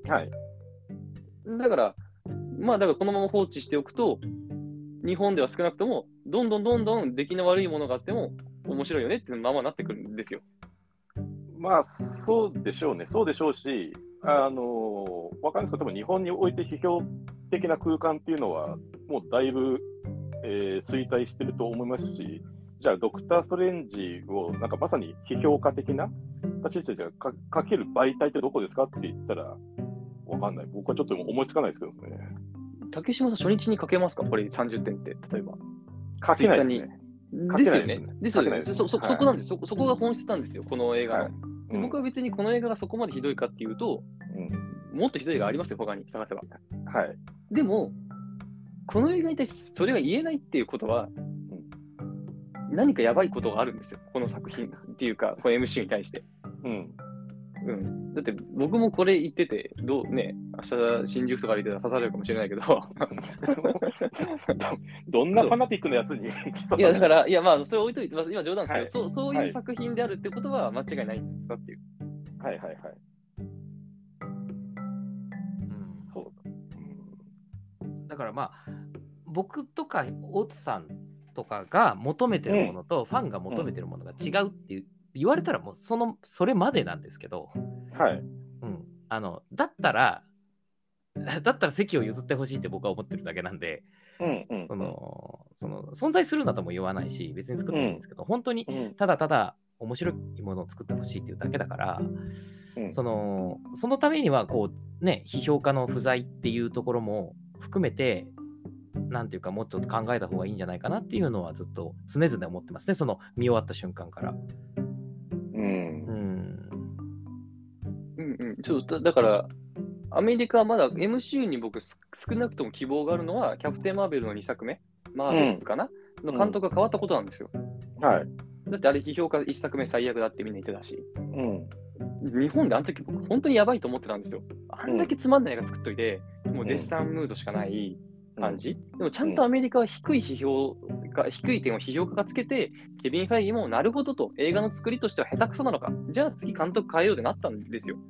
だから、だからこのまま放置しておくと、日本では少なくとも、どんどん出来の悪いものがあっても面白いよねっていうままなってくるんですよ。 まあ、そうでしょうね。そうでしょうし、 わかんないですけど、多分日本において批評的な空間っていうのは、もうだいぶ、衰退してると思いますし、じゃあ、ドクター・ストレンジを、なんかまさに批評家的な立ち位置で書ける媒体ってどこですかって言ったら、わかんない。僕はちょっと思いつかないですけどね。 竹島さん、初日に書けますかこれ30点って、例えば。 書けないですね。 ですよね。ですよね。そこなんです、そこが本質なんですよ、この映画の。僕は別にこの映画がそこまでひどいかっていうと、もっとひどい映画ありますよ、他に探せば。 はい。 でも、この映画に対してそれが言えないっていうことは、何かやばいことがあるんですよ、この作品っていうか、この MC に対して。だって僕もこれ言ってて、明日新宿とかで言ってたら刺されるかもしれないけどどんなファナティックなやつにいや、だから、いや、まあ、それ置いといて、今冗談ですけど、そういう作品であるってことは間違いないんですかっていう。 はいはいはい。そうだからまあ、僕とか大津さんとかが求めてるものと、ファンが求めてるものが違うっていう言われたらもうそれまでなんですけど、だったら席を譲ってほしいって僕は思ってるだけなんで、その存在するなとも言わないし、別に作ってもいいんですけど、本当にただただ面白いものを作ってほしいっていうだけだから、そのためにはこうね、批評家の不在っていうところも含めて、なんていうかもっと考えた方がいいんじゃないかなっていうのはずっと常々思ってますね、その見終わった瞬間から。 だからアメリカはまだ MCU に僕少なくとも希望があるのはキャプテン・マーベルの2作目、マーベルズかな、の監督が変わったことなんですよ。だってあれ批評家1作目最悪だってみんな言ってたし、日本であの時僕本当にやばいと思ってたんですよ。あんだけつまんない映画作っといて、もう絶賛ムードしかない感じ。でもちゃんとアメリカは低い点を批評家がつけて、ケビン・ファイギーもなるほどと、映画の作りとしては下手くそなのか、じゃあ次監督変えようってなったんですよ。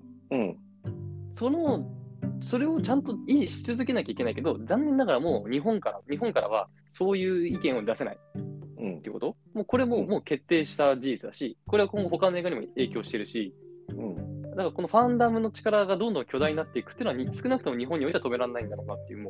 それをちゃんと維持し続けなきゃいけないけど、残念ながらもう日本からはそういう意見を出せないっていうこと、もうこれもう決定した事実だし、これは今後他の映画にも影響してるし、だからこのファンダムの力がどんどん巨大になっていくっていうのは少なくとも日本においては止められないんだろうなっていう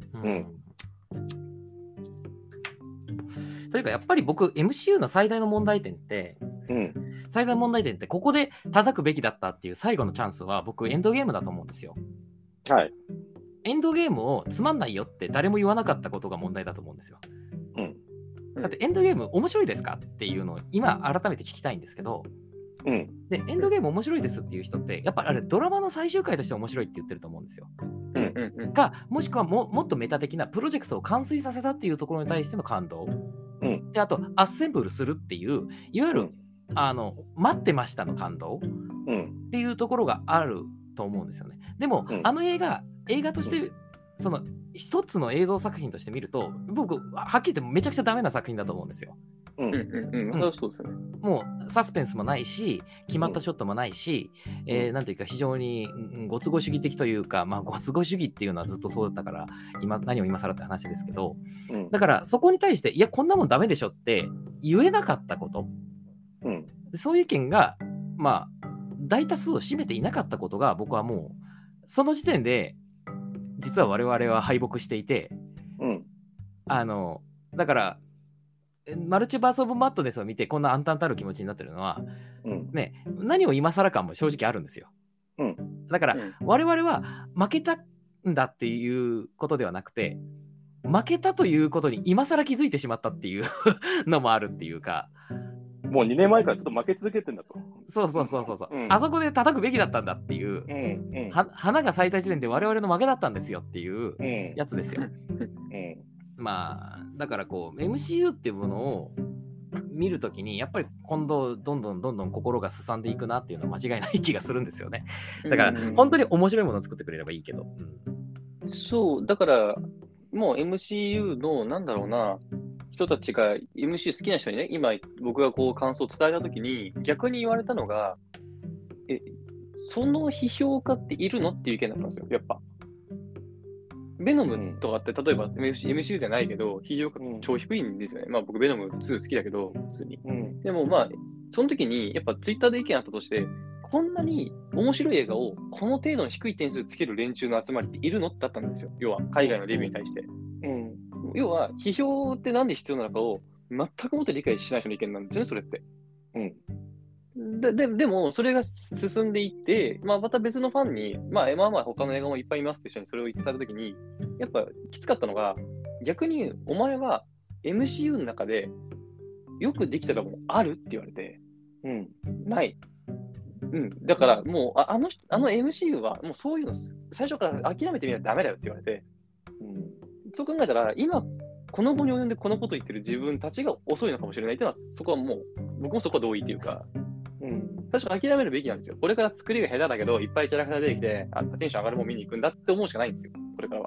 というかやっぱり僕 MCU の最大の問題点って、ここで叩くべきだったっていう最後のチャンスは僕エンドゲームだと思うんですよ。エンドゲームをつまんないよって誰も言わなかったことが問題だと思うんですよ。だってエンドゲーム面白いですかっていうのを今改めて聞きたいんですけど、でエンドゲーム面白いですっていう人ってやっぱりあれドラマの最終回として面白いって言ってると思うんですよ。もしくはもっとメタ的なプロジェクトを完遂させたっていうところに対しての感動、であとアッセンブルするっていういわゆる、待ってましたの感動、っていうところがあると思うんですよね。でも、あの映画として、その一つの映像作品として見ると僕はっきり言ってめちゃくちゃダメな作品だと思うんですよ。もうサスペンスもないし決まったショットもないし、なんていうか非常にご都合主義的というか、ご都合主義っていうのはずっとそうだったから何を今更って話ですけど、だからそこに対していやこんなもんダメでしょって言えなかったこと、そういう意見が大多数を占めていなかったことが僕はもうその時点で実は我々は敗北していて、だからマルチバース・オブ・マットネスを見てこんな暗淡たる気持ちになってるのは、何を今更感も正直あるんですよ。だから、我々は負けたんだっていうことではなくて負けたということに今更気づいてしまったっていうのもあるっていうか、 もう2年前からちょっと負け続けてんだと。 そう、あそこで叩くべきだったんだっていう、花が咲いた時点で我々の負けだったんですよっていうやつですよ。だからこう MCU っていうものを見るときにやっぱり今度どんどん心がすさんでいくなっていうのは間違いない気がするんですよね。だから本当に面白いものを作ってくれればいいけど、 そうだからもう MCU の人たちが MCU 好きな人にね、今僕がこう感想を伝えたときに逆に言われたのが、その批評家っているのっていう意見だったんですよ。やっぱベノムとかって例えば MCU じゃないけど批評価超低いんですよね。僕ベノム2好きだけど普通に。でもその時にやっぱツイッターで意見あったとして、 こんなに面白い映画をこの程度の低い点数つける連中の集まりっているのだったんですよ。要は海外のレビューに対して。要は批評ってなんで必要なのかを全くもって理解しない人の意見なんですよね、それって。でも、それが進んでいって、また別のファンに、他の映画もいっぱいいますって人にそれを言ってたときに、やっぱきつかったのが、逆にお前は MCU の中でよくできたらもうあるって言われて、ない。だからもうあの MCU はもうそういうの最初から諦めてみないとダメだよって言われて、そう考えたら今この後に及んでこのこと言ってる自分たちが遅いのかもしれないっていうのは、そこはもう僕もそこは同意っていうか、最初諦めるべきなんですよ。これから作りが下手だけどいっぱいキャラクター出てきてテンション上がるもん見に行くんだって思うしかないんですよ、これからは。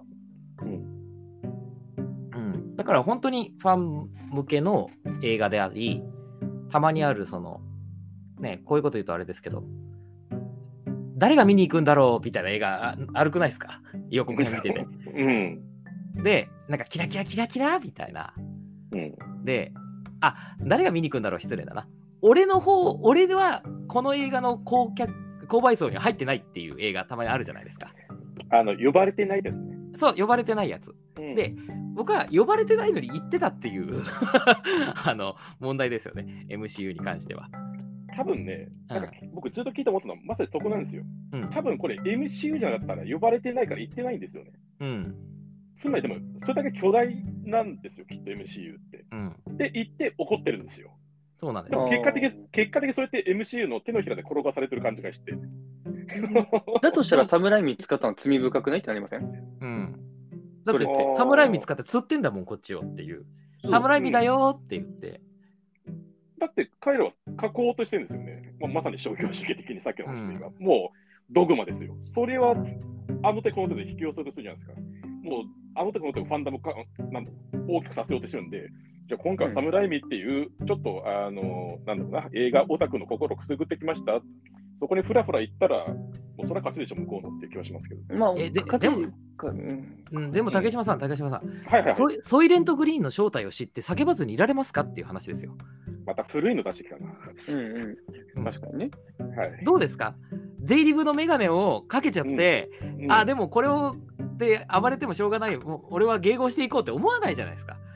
だから本当にファン向けの映画であり、たまにあるそのね、こういうこと言うとあれですけど、誰が見に行くんだろうみたいな映画あるくないですか、予告編見てて。で、なんかキラキラキラキラみたいな。で、誰が見に行くんだろう、失礼だな。俺はこの映画の購買層には入ってないっていう映画たまにあるじゃないですか。 呼ばれてないですね。 そう、呼ばれてないやつ。で、僕は呼ばれてないのに行ってたっていう問題ですよね、MCU に関しては。 多分ね、なんか僕ずっと聞いて思ったのはまさにそこなんですよ。多分これ MCU じゃなかったら呼ばれてないから行ってないんですよね。つまりでもそれだけ巨大なんですよ、きっと MCU って。で、行って怒ってるんですよ。 そうなんです。 結果的にそれって MCU の手のひらで転がされてる感じがして。 だとしたらサムライミ使ったのは罪深くないってなりません？ だってサムライミ使って釣ってんだもん、こっちをっていう。サムライミだよって言って。 だって彼らは書こうとしてるんですよね。まさに商業主義的にさっきの話で今、もうドグマですよ。それはあの手この手で引き寄せるするじゃないですか。もうあの手この手をファンダム大きくさせようとしてるんで、じゃあ今回はサムライミっていう、ちょっとなんだろうな、映画オタクの心をくすぐってきました。そこにフラフラ行ったら、もうそれは勝ちでしょ、向こうのっていう気はしますけど。 でも竹島さん、ソイレントグリーンの正体を知って叫ばずにいられますかっていう話ですよ。 また古いの出してきたな。 確かにね。 どうですか、デイリブのメガネをかけちゃって、でもこれをで暴れてもしょうがないよ、もう俺は迎合していこうって思わないじゃないですか。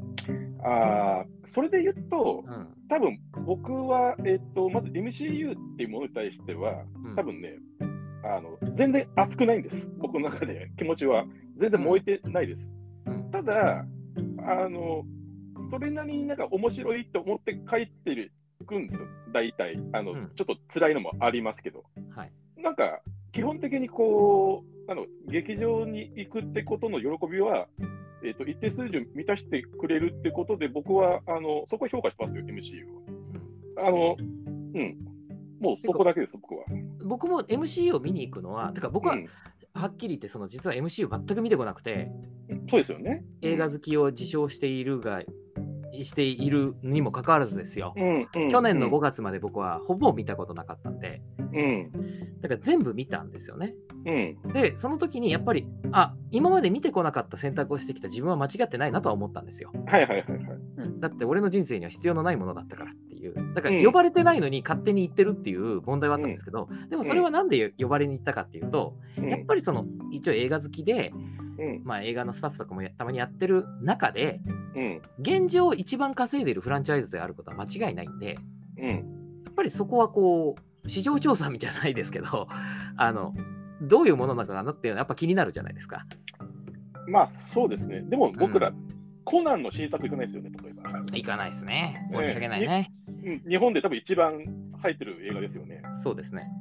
それで言うと、多分僕は、まず MCU っていうものに対しては、多分ね、全然熱くないんです。僕の中で気持ちは全然燃えてないです。ただ、それなりになんか面白いと思って帰っていくんですよ、大体。ちょっと辛いのもありますけど。なんか、基本的にこう、劇場に行くってことの喜びは、一定水準満たしてくれるってことで、僕はそこは評価しますよ、MCU は。もうそこだけです、僕は。 僕も MCU を見に行くのは、てか僕は、はっきり言って、実は MCU 全く見てこなくて、 そうですよね。 映画好きを自称しているにもかかわらずですよ。去年の5月まで僕はほぼ見たことなかったんで、だから全部見たんですよね。で、その時にやっぱり、今まで見てこなかった選択をしてきた自分は間違ってないなとは思ったんですよ。だって俺の人生には必要のないものだったからっていう。だから呼ばれてないのに勝手に行ってるっていう問題はあったんですけど、でもそれはなんで呼ばれに行ったかっていうと、やっぱり一応映画好きで、映画のスタッフとかもたまにやってる中で、現状一番稼いでいるフランチャイズであることは間違いないんで、やっぱりそこはこう市場調査みたいないですけど、どういうものなのかなっていうのはやっぱ気になるじゃないですか。 まあそうですね。でも僕ら、コナンの新作行かないですよね、例えば。 行かないですね。申し訳ないね。 日本で多分一番入ってる映画ですよね。 そうですね。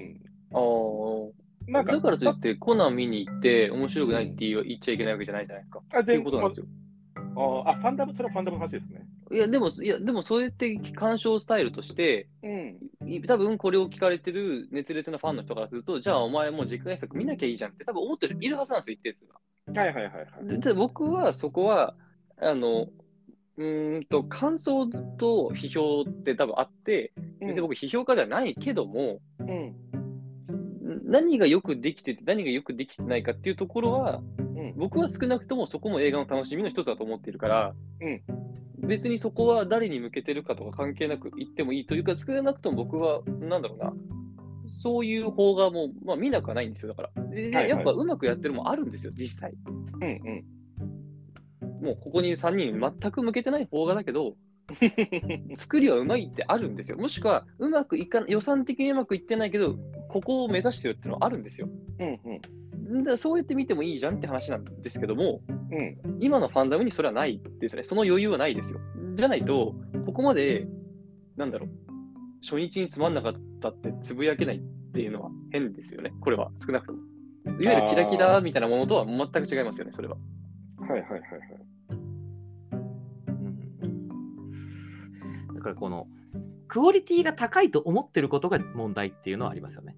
だからといって、コナン見に行って面白くないって言っちゃいけないわけじゃないじゃないですか。っていうことなんですよ。 それはファンダムの話ですね。 でもそうやって鑑賞スタイルとして、多分これを聞かれてる熱烈なファンの人からすると、じゃあお前もう次回作見なきゃいいじゃんって多分思っているはずなんですよ、一定数が。で僕はそこは、感想と批評って多分あって、別に僕批評家ではないけども、何がよくできてて何がよくできてないかっていうところは、僕は少なくともそこも映画の楽しみの一つだと思っているから、別にそこは誰に向けてるかとか関係なく言ってもいいというか、少なくとも僕はなんだろうな、 そういう方がもう、まあ、見なくはないんですよ、だから。で、やっぱうまくやってるもあるんですよ、実際。もうここに3人全く向けてない方がだけど、作りはうまいってあるんですよ。もしくは予算的にうまくいってないけど、ここを目指してるっていうのはあるんですよ。だからそうやって見てもいいじゃんって話なんですけども、今のファンダムにそれはないですね。その余裕はないですよ。じゃないと、ここまで、初日につまんなかったってつぶやけないっていうのは変ですよね。これは少なくとも。いわゆるキラキラみたいなものとは全く違いますよね、それは。 だからこのクオリティが高いと思ってることが問題っていうのはありますよね。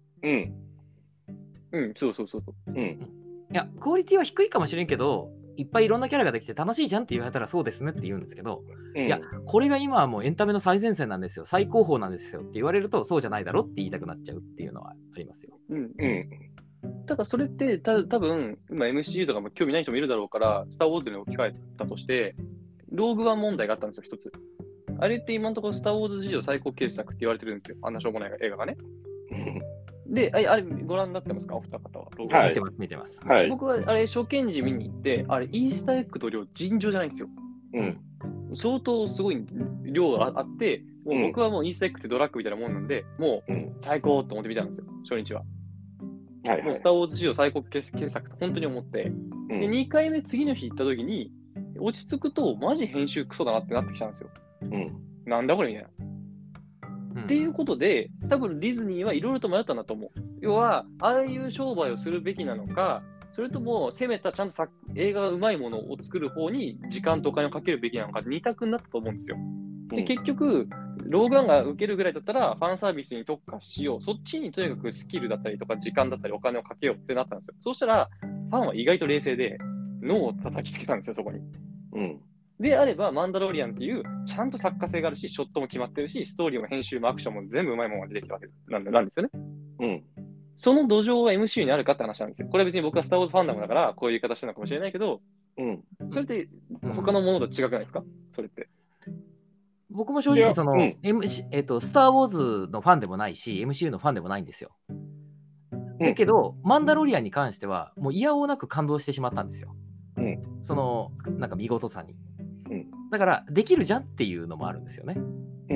そう。 いや、クオリティは低いかもしれんけど、いっぱいいろんなキャラができて楽しいじゃんって言われたらそうですねって言うんですけど、いや、これが今はもうエンタメの最前線なんですよ、最高峰なんですよって言われると、そうじゃないだろって言いたくなっちゃうっていうのはありますよ。 ただそれって多分今 MCU とかも興味ない人もいるだろうから、スター・ウォーズに置き換えたとして、ローグワン問題があったんですよ、一つ。あれって今のところスター・ウォーズ史上最高傑作って言われてるんですよ、あんなしょうもない映画がね。で、あれご覧になってますか、お二方は。 見てます。 僕はあれ、初見時見に行って、あれ、イースターエッグと量、尋常じゃないんですよ。相当すごい量があって、もう僕はもうイースターエッグってドラッグみたいなもんなんで、もう最高と思って見たんですよ、初日は。もうスター・ウォーズ史上最高傑作と本当に思って、で、2回目次の日行った時に、落ち着くと、マジ編集クソだなってなってきたんですよ。なんだこれみたいな。っていうことで、多分ディズニーはいろいろと迷ったんだと思う。要は、ああいう商売をするべきなのか、それとも攻めたちゃんと映画がうまいものを作る方に時間とお金をかけるべきなのか、2択になったと思うんですよ。で、結局、ローガンが受けるぐらいだったら、ファンサービスに特化しよう。そっちにとにかくスキルだったりとか、時間だったりお金をかけようってなったんですよ。そうしたら、ファンは意外と冷静で、脳を叩きつけたんですよ、そこに。であれば、マンダロリアンっていう、ちゃんと作家性があるし、ショットも決まってるし、ストーリーも編集もアクションも全部うまいものが出てきたわけなんですよね。その土壌は MCU にあるかって話なんですよ。これは別に僕はスター・ウォーズファンダムだから、こういう言い方してるのかもしれないけど、それって他のものと違くないですか、それって。 僕も正直スター・ウォーズのファンでもないし、MCU のファンでもないんですよ。だけど、マンダロリアンに関しては、もう嫌おなく感動してしまったんですよ。その、見事さに。だから、できるじゃんっていうのもあるんですよね。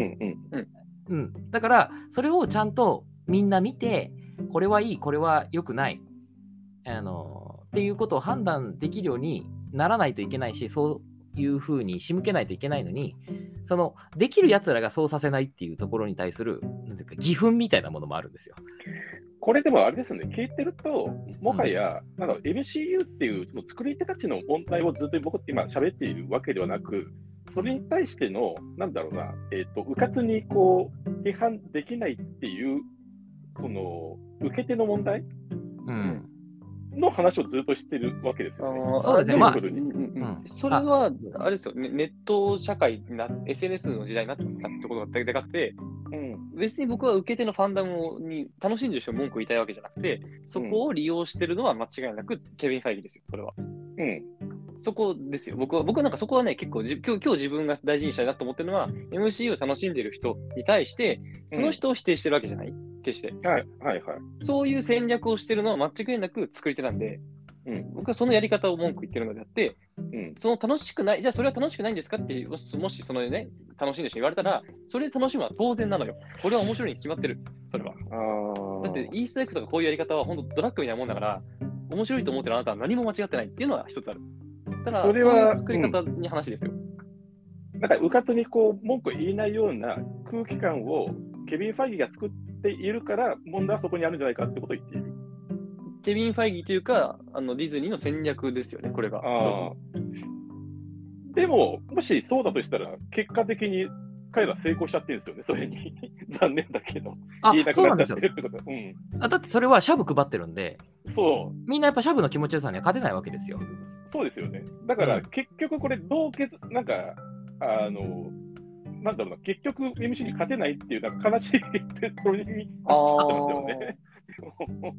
だから、それをちゃんとみんな見て、これはいい、これは良くない、っていうことを判断できるようにならないといけないし、そういうふうに仕向けないといけないのに、そのできるやつらがそうさせないっていうところに対するなんていうか義憤みたいなものもあるんですよ。 これでもあれですね、聞いてると、もはや、MCU っていうその作り手たちの問題をずっと僕って今喋っているわけではなく、それに対しての、うかつにこう批判できないっていう、その受け手の問題、の話をずっとしてるわけですよね。 そうですね。 それは、あれですよ、ネット社会にSNS の時代になったってことがでかくて、別に僕は受け手のファンダムに楽しんでる人に文句を言いたいわけじゃなくて、そこを利用してるのは間違いなくケビン・ファイギーですよ、それは。そこですよ。僕はなんかそこはね、結構今日自分が大事にしたいなと思ってるのは、MCU を楽しんでる人に対して、その人を否定してるわけじゃない。決して。そういう戦略をしてるのは間違いなく作り手なんで、僕はそのやり方を文句言ってるのであって、その楽しくない、じゃあそれは楽しくないんですかって、もしそのね、楽しんでる人に言われたら、それで楽しむのは当然なのよ。これは面白いに決まってる、それは。だって、イースターエッグとかこういうやり方は本当ドラッグみたいなもんだから、面白いと思ってるあなたは何も間違ってないっていうのは一つある。ただ、それは作り方に話ですよ。 なんか、うかつにこう文句言えないような空気感をケビン・ファイギーが作っているから、問題はそこにあるんじゃないかってことを言っている。 ケビン・ファイギーというか、ディズニーの戦略ですよね、これが。 でも、もしそうだとしたら、結果的に彼ら成功しちゃってるんですよね、それに。残念だけど。言えなくなっちゃってるってこと。 だってそれはシャブ配ってるんで、みんなやっぱシャブの気持ちよさには勝てないわけですよ。 そうですよね。だから、結局これ、なんか、なんだろうな、結局 MC に勝てないっていう、なんか悲しいそれになっちゃってますよね。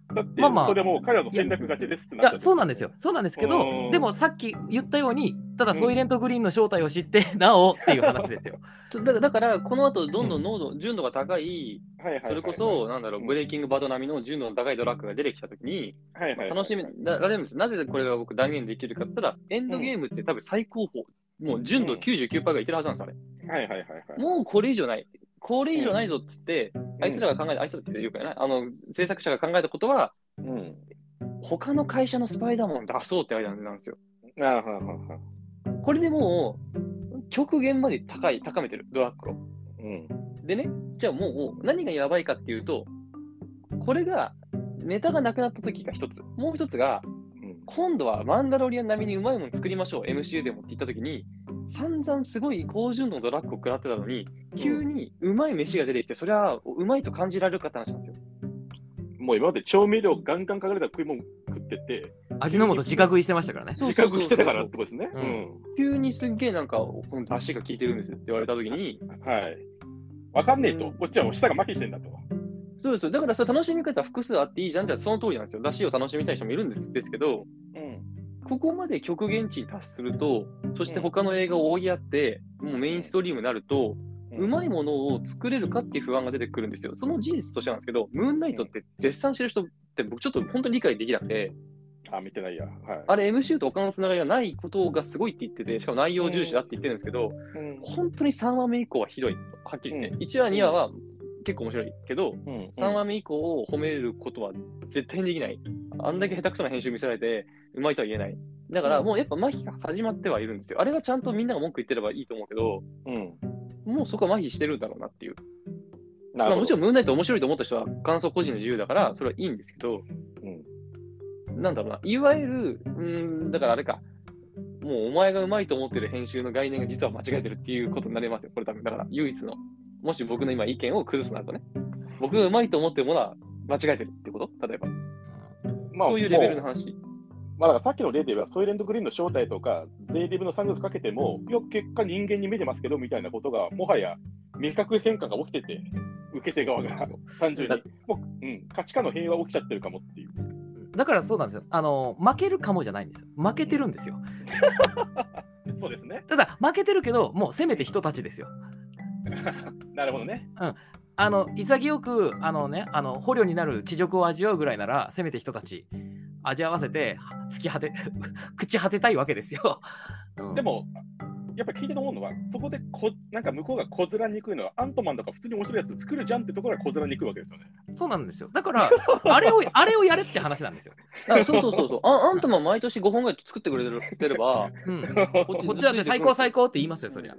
だって、それはもう彼らの戦略勝ちですってなっちゃう。 いや、そうなんですよ。そうなんですけど、でもさっき言ったように、ただソイレントグリーンの正体を知って、なおっていう話ですよ。 だから、この後どんどん濃度、純度が高い、それこそ、なんだろう、ブレイキングバド並みの純度の高いドラッグが出てきたときに、楽しみられるんです。なぜこれが僕断言できるかって言ったら、エンドゲームって多分最高峰、もう純度 99% がいってるはずなんです、あれ。もうこれ以上ない。これ以上ないぞっつって、あいつらが考えた、あいつらっていうかね、制作者が考えたことは、他の会社のスパイダーマン出そうってアイデアなんですよ。これでもう、極限まで高めてる、ドラッグを。でね、じゃあもう何がやばいかっていうと、これが、ネタがなくなった時が一つ。もう一つが、今度はマンダロリアン並みにうまいもの作りましょう、MCU でもって言った時に、散々すごい高純度のドラッグを食らってたのに、急にうまい飯が出てきて、それはうまいと感じられるかって話なんですよ。 もう今まで調味料ガンガンかかれた食い物食ってて、 味の素自覚してましたからね。 自覚してたからってことですね。 急にすっげえなんか、出汁が効いてるんですって言われたときに、 わかんねえと、こっちはもう舌が麻痺してんだと。 そうですよ。だからそれ楽しみ方複数あっていいじゃんじゃその通りなんですよ。出汁を楽しみたい人もいるんですけど、ここまで極限値に達すると、そして他の映画を追いやって、もうメインストリームになると、うまいものを作れるかっていう不安が出てくるんですよ。その事実としてなんですけど、ムーンナイトって絶賛してる人って僕ちょっと本当に理解できなくて、 見てないや。 あれ MCU と他のつながりがないことがすごいって言ってて、しかも内容重視だって言ってるんですけど、本当に3話目以降はひどい。はっきり言って。1話、2話は結構面白いけど、3話目以降を褒めることは絶対にできない。あんだけ下手くそな編集見せられて、うまいとは言えない。だからもうやっぱ麻痺が始まってはいるんですよ。あれがちゃんとみんなが文句言ってればいいと思うけど、もうそこは麻痺してるんだろうなっていう。もちろんムーンナイト面白いと思った人は感想個人の自由だから、それはいいんですけど、なんだろうな、いわゆる、だからあれか、もうお前がうまいと思ってる編集の概念が実は間違えてるっていうことになりますよ、これ多分。だから唯一の、もし僕の今意見を崩すなとね、僕がうまいと思ってるものは間違えてるってこと例えば。そういうレベルの話。 だからさっきの例で言えば、ソイレントグリーンの正体とか、税リブのサングラスかけても、結果人間に見てますけどみたいなことが、もはや味覚変化が起きてて、受け手側が単純に、価値観の平和起きちゃってるかもっていう。 だからそうなんですよ。負けるかもじゃないんですよ。負けてるんですよ。 そうですね。 ただ、負けてるけど、もうせめて人たちですよ。 なるほどね。 潔く、捕虜になる地獄を味わうぐらいなら、せめて人たち、味合わせて、朽ち果てたいわけですよ。 でも、やっぱり聞いてて思うのは、そこでなんか向こうが小面にくいのは、アントマンとか普通に面白いやつ作るじゃんってところが小面にくいわけですよね。 そうなんですよ。だから、あれをやれって話なんですよ。 そう。アントマン毎年5本ぐらい作ってくれてれば、 こっちだって最高って言いますよ、そりゃ。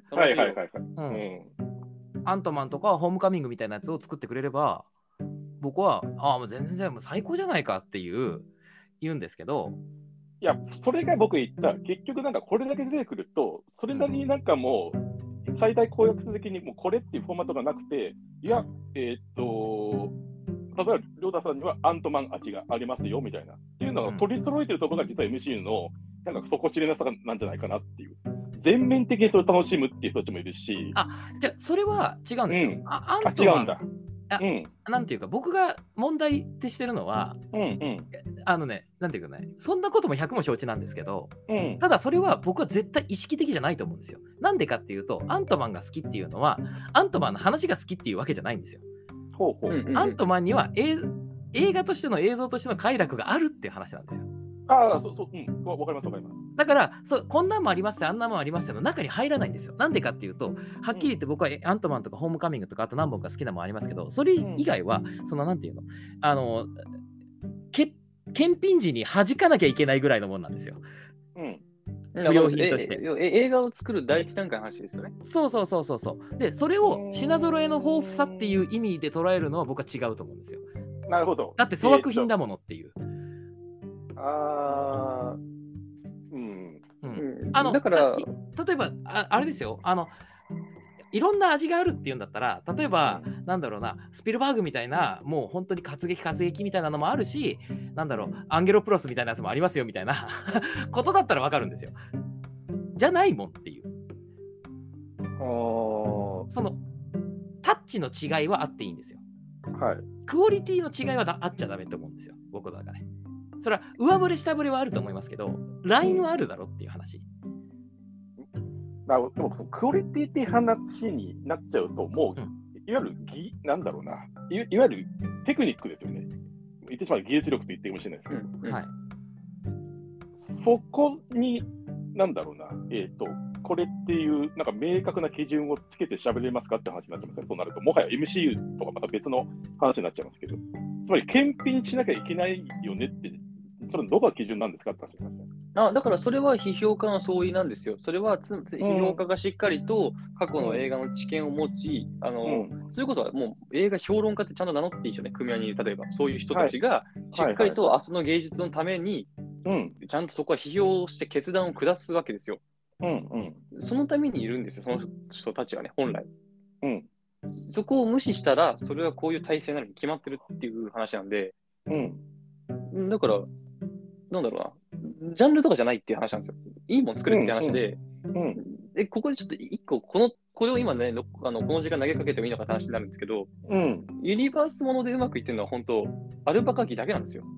アントマンとかホームカミングみたいなやつを作ってくれれば、僕は、もう全然もう最高じゃないかって言うんですけど、 いや、それが僕言った、結局なんかこれだけ出てくると、それなりになんかもう、最大公約数的にもうこれっていうフォーマットがなくて、いや、例えば、亮太さんにはアントマン味がありますよみたいな、っていうのが取り揃えてるところが実は MCU のなんか底知れなさなんじゃないかなっていう。全面的にそれを楽しむっていう人たちもいるし。 じゃあ、それは違うんですよ。 違うんだ。 なんていうか、僕が問題ってしてるのは、なんていうかね、そんなことも100も承知なんですけど、ただそれは僕は絶対意識的じゃないと思うんですよ。なんでかっていうと、アントマンが好きっていうのは、アントマンの話が好きっていうわけじゃないんですよ。アントマンには映画としての映像としての快楽があるっていう話なんですよ。 わかります。 だから、こんなんもありますよ、あんなんもありますよの中に入らないんですよ。なんでかっていうと、はっきり言って僕はアントマンとかホームカミングとか、あと何本か好きなもありますけど、それ以外は、なんていうの、検品時に弾かなきゃいけないぐらいのもんなんですよ。不良品として。 映画を作る第一段階の話ですよね。 そう。で、それを品揃えの豊富さっていう意味で捉えるのは僕は違うと思うんですよ。 なるほど。 だって粗悪品だものっていう。 だから例えばあれですよ、いろんな味があるっていうんだったら、例えば、なんだろうな、スピルバーグみたいな、もう本当に活劇みたいなのもあるし、なんだろう、アンゲロプロスみたいなやつもありますよみたいなことだったらわかるんですよ。じゃないもんっていう。そのタッチの違いはあっていいんですよ。クオリティの違いはあっちゃダメと思うんですよ。 僕の中で。それは上振れ下振れはあると思いますけど、ラインはあるだろっていう話。 でもクオリティって話になっちゃうと、もう、いわゆるなんだろうな、いわゆるテクニックですよね。言ってしまう技術力と言ってもしれないですけど、 はい、 そこに、なんだろうな、これっていう、なんか明確な基準をつけて喋れますかって話になっちゃいますね。そうなると、もはや MCU とかまた別の話になっちゃいますけど、つまり検品しなきゃいけないよねって、それどこが基準なんですかって話になっちゃいます。 だからそれは批評家の相違なんですよ。それは批評家がしっかりと過去の映画の知見を持ち、それこそもう映画評論家ってちゃんと名乗っていいでしょうね、組合にいる、例えばそういう人たちがしっかりと明日の芸術のために、ちゃんとそこは批評して決断を下すわけですよ。そのためにいるんですよ、その人たちはね、本来。そこを無視したら、それはこういう体制なのに決まってるっていう話なんで、だから、なんだろうな。ジャンルとかじゃないっていう話なんですよ。いいもん作れって話で、ここでちょっと一個、これを今ね、この時間投げかけてもいいのかって話になるんですけど、ユニバースものでうまくいってるのは本当、アルバカーキだけなんですよ。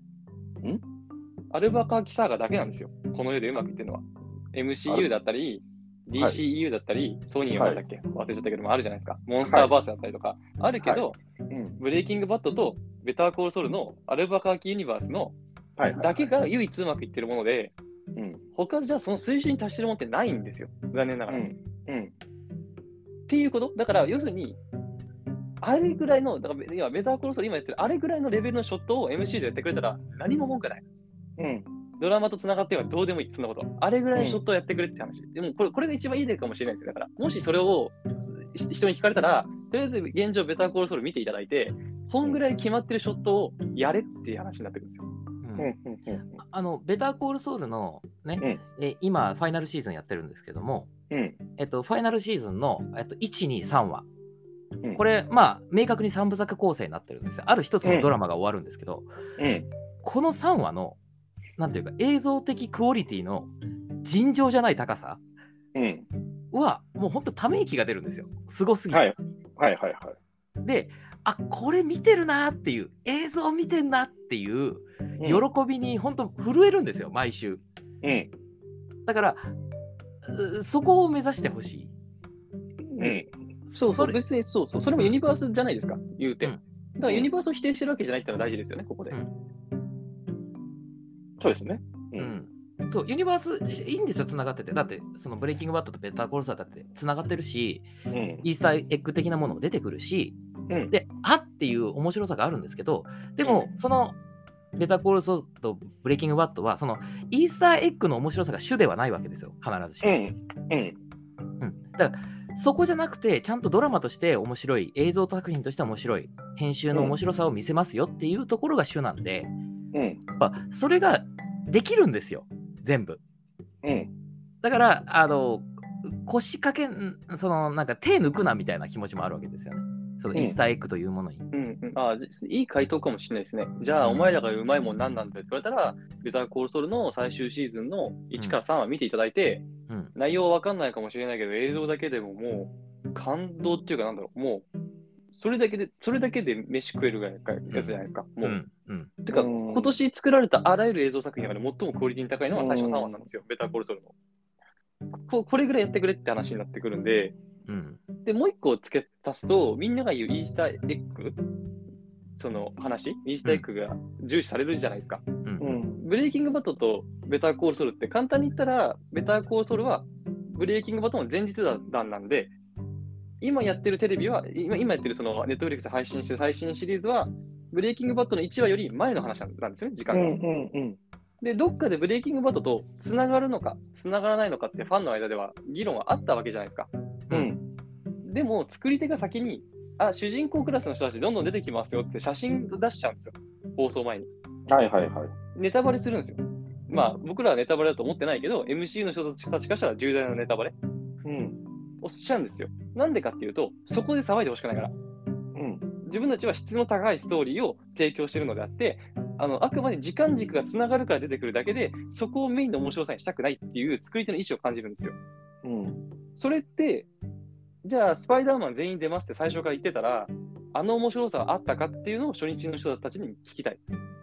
アルバカーキサーガだけなんですよ。この世でうまくいってるのは。MCU だったり、DCEU だったり、ソニーは何だっけ、忘れちゃったけどもあるじゃないですか。モンスターバースだったりとか、あるけど、ブレイキングバットとベターコールソウルのアルバカーキユニバースのだけが唯一うまくいってるもので、他じゃその水準に達してるものってないんですよ。残念ながら。っていうことだから、要するに、あれぐらいの、だから今ベターコールソウル今やってるあれぐらいのレベルのショットを MC でやってくれたら何も文句ない。ドラマと繋がってはどうでもいい、そんなこと。あれぐらいのショットをやってくれって話。でもこれが一番いい例かもしれないですよ。だから、もしそれを人に聞かれたら、とりあえず現状ベターコールソウル見ていただいて、こんぐらい決まってるショットをやれっていう話になってくるんですよ。 ベターコールソウルのね、今、ファイナルシーズンやってるんですけども、ファイナルシーズンの、1、2、3話。これ、明確に3部作構成になってるんですよ。ある一つのドラマが終わるんですけど、この3話の、なんていうか、映像的クオリティの尋常じゃない高さは、もう本当ため息が出るんですよ。すごすぎて。で、これ見てるなっていう、映像見てんなっていう喜びに本当震えるんですよ、毎週。だから、そこを目指してほしい。 別にそれもユニバースじゃないですか、言うて。だからユニバースを否定してるわけじゃないってのは大事ですよね、ここで。 そうですね。 そうユニバースいいんですよ、つながってて。だって、そのブレイキングバットとベターコールソウルだってつながってるし、イースターエッグ的なものも出てくるし、で、っていう面白さがあるんですけど、でも、そのベターコールソウルとブレイキングバットは、そのイースターエッグの面白さが主ではないわけですよ、必ずしも。だからそこじゃなくて、ちゃんとドラマとして面白い、映像作品として面白い、編集の面白さを見せますよっていうところが主なんで、それができるんですよ、全部。だから、腰掛け、なんか手抜くなみたいな気持ちもあるわけですよね。そのイースターエッグというものに。 いい回答かもしれないですね。じゃあ、お前らがうまいもん何なんだって言われたら、ベターコールソウルの最終シーズンの1から3話見ていただいて、内容は分かんないかもしれないけど、映像だけでももう感動っていうか、なんだろう、もう、それだけで飯食えるぐらいのやつじゃないですか。てか、今年作られたあらゆる映像作品の中で最もクオリティに高いのは最初3話なんですよ、ベターコールソウルの。これぐらいやってくれって話になってくるんで、で、もう一個付け足すと、みんなが言うイースターエッグ、その話、イースターエッグが重視されるじゃないですか。ブレイキングバットとベターコールソウルって簡単に言ったら、ベターコールソウルはブレイキングバットの前日談なんで、今やってるテレビは、今やってるそのネットフリックスで配信してる最新シリーズは、ブレイキングバットの1話より前の話なんですよね、時間が。で、どっかでブレイキングバットとつながるのか、つながらないのかってファンの間では議論はあったわけじゃないですか。でも、作り手が先に、主人公クラスの人たちどんどん出てきますよって写真出しちゃうんですよ、放送前に。ネタバレするんですよ。僕らはネタバレだと思ってないけど、MCU の人たちからしたら重大なネタバレをしちゃうんですよ。なんでかっていうと、そこで騒いでほしくないから。自分たちは質の高いストーリーを提供しているのであって、あくまで時間軸がつながるから出てくるだけで、そこをメインの面白さにしたくないっていう作り手の意思を感じるんですよ。それって、じゃあ、スパイダーマン全員出ますって最初から言ってたら、面白さはあったかっていうのを初日の人たちに聞きたい。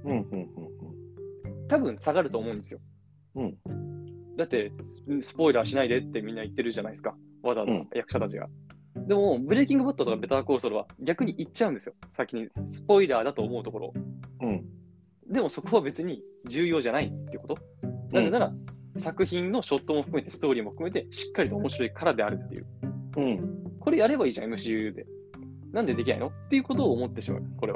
多分下がると思うんですよ。だってスポイラーしないでってみんな言ってるじゃないですか、わざわざ役者たちが。でも、ブレイキングバッドとかベターコールソルは逆に言っちゃうんですよ、先にスポイラーだと思うところ。でもそこは別に重要じゃないっていうこと。なぜなら、作品のショットも含めて、ストーリーも含めて、しっかりと面白いからであるっていう。これやればいいじゃん、MCU で。なんでできないのっていうことを思ってしまう、これは。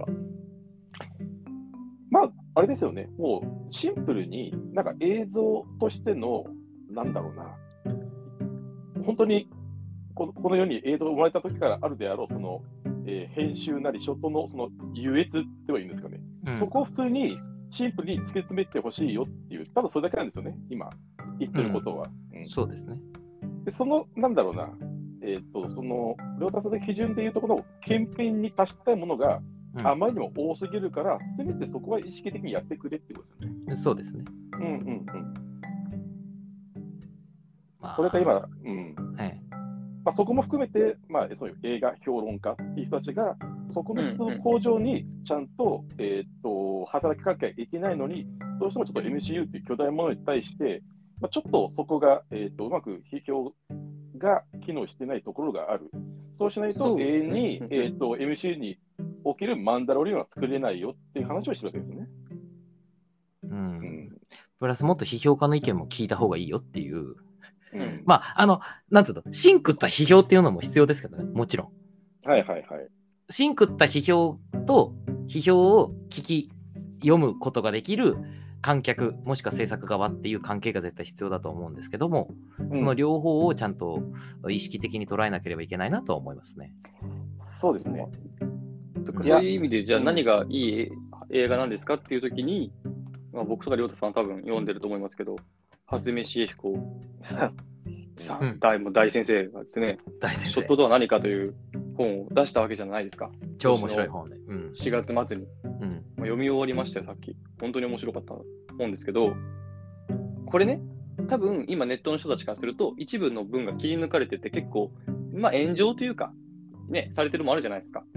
まあ、あれですよね、もうシンプルになんか映像としての、なんだろうな、本当にこの世に映像が生まれた時からあるであろう、その編集なりショットのその優越ってはいいんですかね、そこを普通にシンプルに突き詰めてほしいよっていう、ただそれだけなんですよね、今言ってることは。 そうですね。 でその、なんだろうな、その両達の基準でいうところの検品に達したいものが、あまりにも多すぎるから、せめてそこは意識的にやってくれってことですよね。 そうですね。 それか今、そこも含めて、そういう映画評論家っていう人たちが、そこの質の向上にちゃんと、働きかけいけないのに、どうしてもちょっと MCU っていう巨大なものに対して、ちょっとそこが、うまく批評が機能してないところがある。そうしないと、永遠に、MCU に起きるマンダロリアンは作れないよっていう話をしてるわけですね。 プラスもっと批評家の意見も聞いた方がいいよっていう。なんつうの、芯食った批評っていうのも必要ですけどね、もちろん。芯食った批評と批評を読むことができる観客もしくは制作側っていう関係が絶対必要だと思うんですけども、その両方をちゃんと意識的に捉えなければいけないなとは思いますね。 そうですね。 そういう意味で、じゃあ何がいい映画なんですかっていうときに、僕とか亮太さん多分読んでると思いますけど、蓮見茂彦さん、大先生がですね、ショットとは何かという本を出したわけじゃないですか。 超面白い本で。 4月末に。読み終わりましたよ、さっき。本当に面白かった本ですけど、これね、多分今ネットの人たちからすると、一部の文が切り抜かれてて結構、炎上というか、ね、されてるもあるじゃないですか。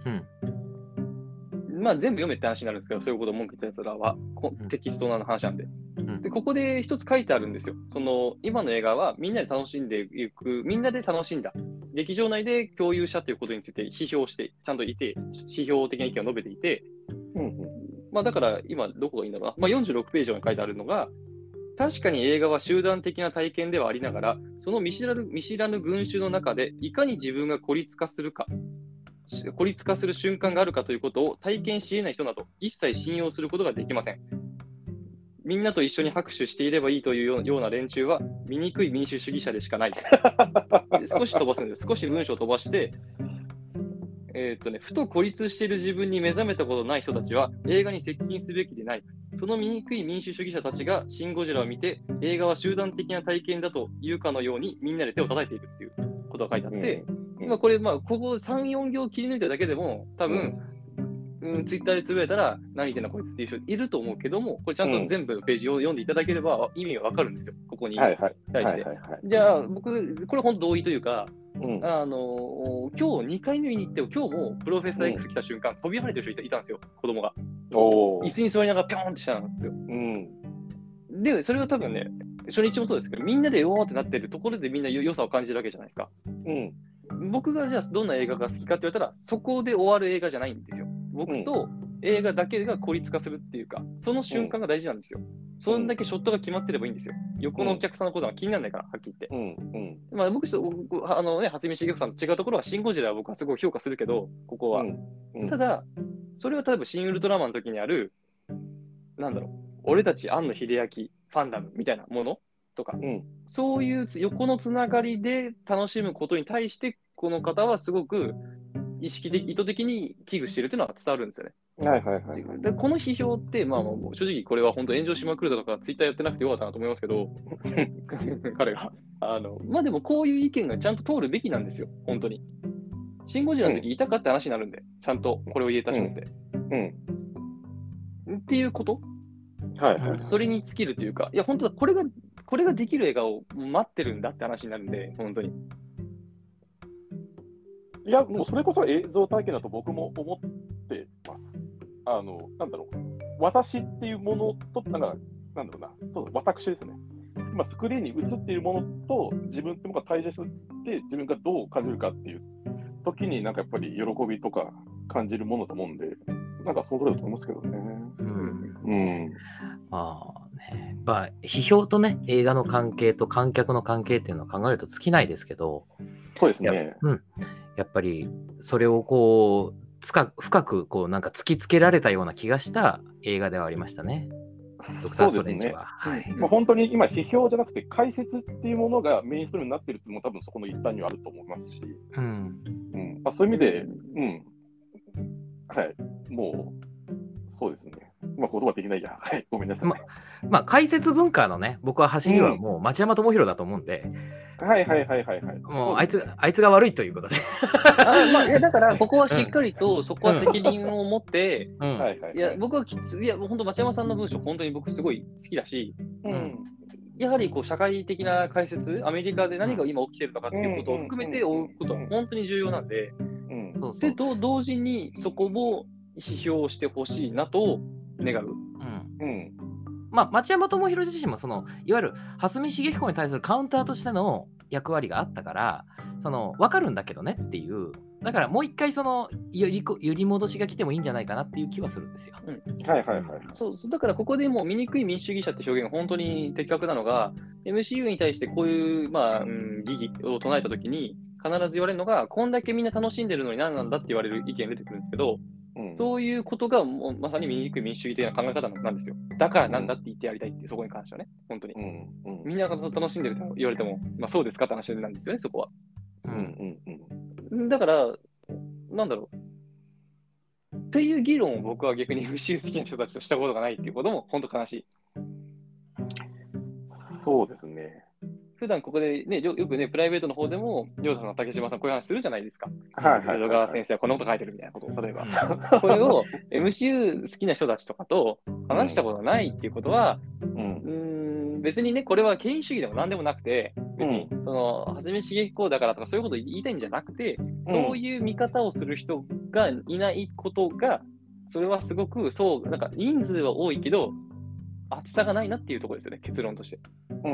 全部読めって話になるんですけど、そういうことを文句言ったやつらはテキストの話なんで。で、ここで一つ書いてあるんですよ。その今の映画はみんなで楽しんでいく、みんなで楽しんだ。劇場内で共有したということについて批評して、ちゃんといて、批評的な意見を述べていて、だから今どこがいいんだろうな。46ページに書いてあるのが、確かに映画は集団的な体験ではありながら、その見知らぬ群衆の中でいかに自分が孤立化する瞬間があるかということを体験し得ない人など一切信用することができません。みんなと一緒に拍手していればいいというような連中は醜い民主主義者でしかない。少し飛ばすんです。少し文章を飛ばして、ふと孤立している自分に目覚めたことない人たちは映画に接近すべきでない。その醜い民主主義者たちがシン・ゴジラを見て映画は集団的な体験だというかのようにみんなで手を叩いているっていうことが書いてあって、これここ3、4行切り抜いただけでも多分、ツイッターでつぶやいたら何言ってんのこいつっていう人いると思うけども、これちゃんと全部のページを読んでいただければ意味がわかるんですよ、ここに対して。じゃあ僕、これ本当同意というか、今日2回目に行って、今日もプロフェッサー X 来た瞬間、飛び跳ねてる人いたんですよ、子供が。椅子に座りながらピョーンってしたんですよ。で、それは多分ね、初日もそうですけど、みんなでおーってなってるところでみんな良さを感じるわけじゃないですか。僕がじゃあどんな映画が好きかって言われたら、そこで終わる映画じゃないんですよ。僕と映画だけが孤立化するっていうか、その瞬間が大事なんですよ。そんだけショットが決まってればいいんですよ。横のお客さんのことは気にならないから、はっきり言って。僕、初見茂彦さんと違うところは、シン・ゴジラは僕はすごい評価するけど、ここは。ただ、それは例えばシン・ウルトラマンの時にある、俺たち庵野秀明ファンダムみたいなものとか、そういう横のつながりで楽しむことに対して、この方はすごく意識的、意図的に危惧しているというのは伝わるんですよね。でこの批評って、正直これは本当炎上しまくるだとか、ツイッターやってなくてよかったなと思いますけど、彼が。でもこういう意見がちゃんと通るべきなんですよ、本当に。シン・ゴジラの時いたかって話になるんで、ちゃんとこれを言えた人って。っていうことそれに尽きるというか、いや、本当だ、これができる映画を待ってるんだって話になるんで、本当に。 いや、もうそれこそ映像体験だと僕も思ってます。 なんだろう、私っていうものと、なんだろうな、そう私ですね。スクリーンに映っているものと自分っていうのが対峙して自分がどう感じるかっていう時になんかやっぱり喜びとか感じるものと思うんで、なんかそのことだと思いますけどね。 まあね、批評とね、映画の関係と観客の関係っていうのを考えると尽きないですけど、 そうですね。 やっぱりそれをこう深くこうなんか突きつけられたような気がした映画ではありましたね。ドクター・ストレンジは。 本当に今、批評じゃなくて解説っていうものがメインストリームになっているっていうのも多分そこの一端にはあると思いますし、そういう意味で、はい、もう、そうですね。言葉できないや。はい、ごめんなさい。 解説文化のね、僕は走りはもう町山智博だと思うんで、もうあいつが悪いということで。 いやだからここはしっかりとそこは責任を持って、いや僕は本当町山さんの文章本当に僕すごい好きだし、やはりこう社会的な解説、アメリカで何が今起きてるのかっていうことを含めて追うことは本当に重要なんで、でと同時にそこも批評してほしいなと願う。 町山智博自身もいわゆる蓮見茂彦に対するカウンターとしての役割があったから分かるんだけどねっていう、だからもう一回揺り戻しが来てもいいんじゃないかなっていう気はするんですよ。 そうだからここでもう醜い民主主義者って表現が本当に的確なのが MCU に対してこういう疑義を唱えたときに必ず言われるのが、こんだけみんな楽しんでるのに何なんだって言われる意見が出てくるんですけど、そういうことがもうまさに醜い民主主義的な考え方なんですよ。だからなんだって言ってやりたいっていう、そこに関してはね、本当に。みんなが楽しんでると言われても、そうですかって話なんですよね、そこは。だから、なんだろう。っていう議論を僕は逆に MCU 好きな人たちとしたことがないっていうことも本当悲しい。 そうですね。 普段ここでね、よくね、プライベートの方でも、りょうたさんの竹島さん、こういう話するじゃないですか。江戸川先生はこんなこと書いてるみたいなことを、例えば。これを MCU 好きな人たちとかと話したことがないっていうことは、別にね、これは権威主義でも何でもなくて、別に、蓮見茂彦だからとかそういうことを言いたいんじゃなくて、そういう見方をする人がいないことが、それはすごく、なんか人数は多いけど、厚さがないなっていうところですよね、結論として。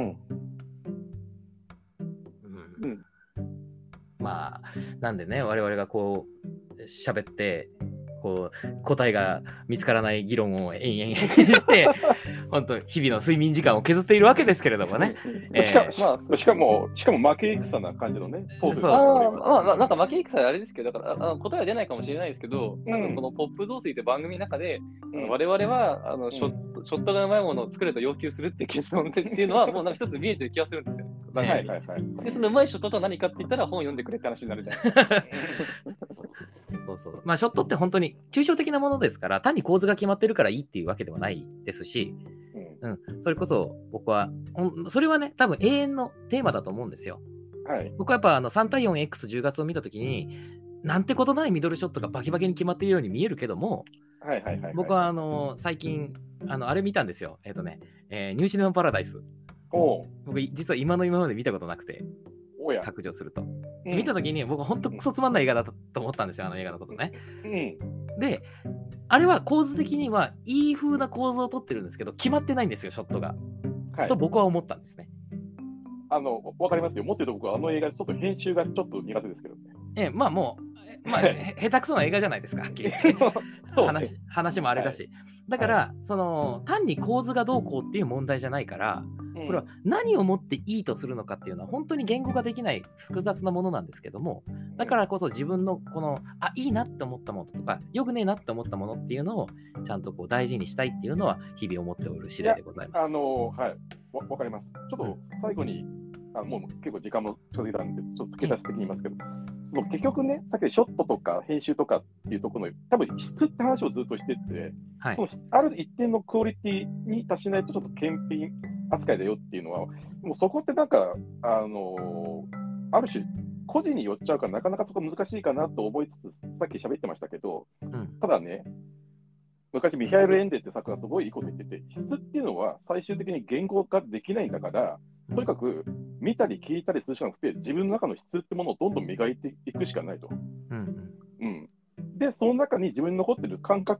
なんでね、我々がこう喋ってこう答えが見つからない議論を延々して本当日々の睡眠時間を削っているわけですけれどもね。 しかも負け戦な感じのね。 なんか負け戦あれですけど、だから答えは出ないかもしれないですけど、このポップ増水という番組の中で、我々はショットがうまいものを作れと要求するっていう結論っていうのはもう一つ見えてる気がするんですよ。で、そのうまいショットとは何かって言ったら本読んでくれって話になるじゃないですか。 ショットって本当に抽象的なものですから、単に構図が決まってるからいいっていうわけではないですし、それこそ僕はそれはね、多分永遠のテーマだと思うんですよ。僕はやっぱ3対 4X10 月を見たときに、なんてことないミドルショットがバキバキに決まっているように見えるけども、僕は最近あれ見たんですよ。ニューシネマパラダイス。僕実は今まで見たことなくて、白状すると。見たときに僕は本当クソつまんない映画だと思ったんですよ、あの映画のことね。で、あれは構図的にはいい風な構造をとってるんですけど、決まってないんですよ、ショットが。と僕は思ったんですね。 わかりますよ。もっと言うと僕はあの映画、ちょっと編集がちょっと苦手ですけどね。 下手くそな映画じゃないですか、はっきり言って。話もあれだし。だから、単に構図がどうこうっていう問題じゃないから、これは何をもっていいとするのかっていうのは本当に言語ができない複雑なものなんですけども、だからこそ自分のいいなって思ったものとか、よくねえなって思ったものっていうのをちゃんと大事にしたいっていうのは日々思っておる次第でございます。 わかります。ちょっと最後に、もう結構時間も近づいたんで、ちょっと付け足し的に言いますけど、結局ね、さっきショットとか編集とかっていうところの、多分質って話をずっとしてて、ある一定のクオリティに達しないとちょっと検品扱いだよっていうのは、もうそこってなんか、ある種、個人によっちゃうからなかなかそこ難しいかなと思いつつ、さっき喋ってましたけど、ただね、昔ミハエル・エンデって作家がすごいいいこと言ってて、質っていうのは最終的に言語化できないんだから、とにかく見たり聞いたりするしかなくて、自分の中の質ってものをどんどん磨いていくしかないと。で、その中に自分に残ってる感覚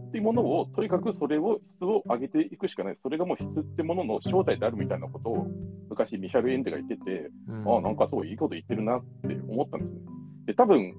っていうものを、とにかくそれを質を上げていくしかない。それがもう質ってものの正体であるみたいなことを、昔ミシャル・エンデが言ってて、ああ、なんかすごいいいこと言ってるなって思ったんですね。で、多分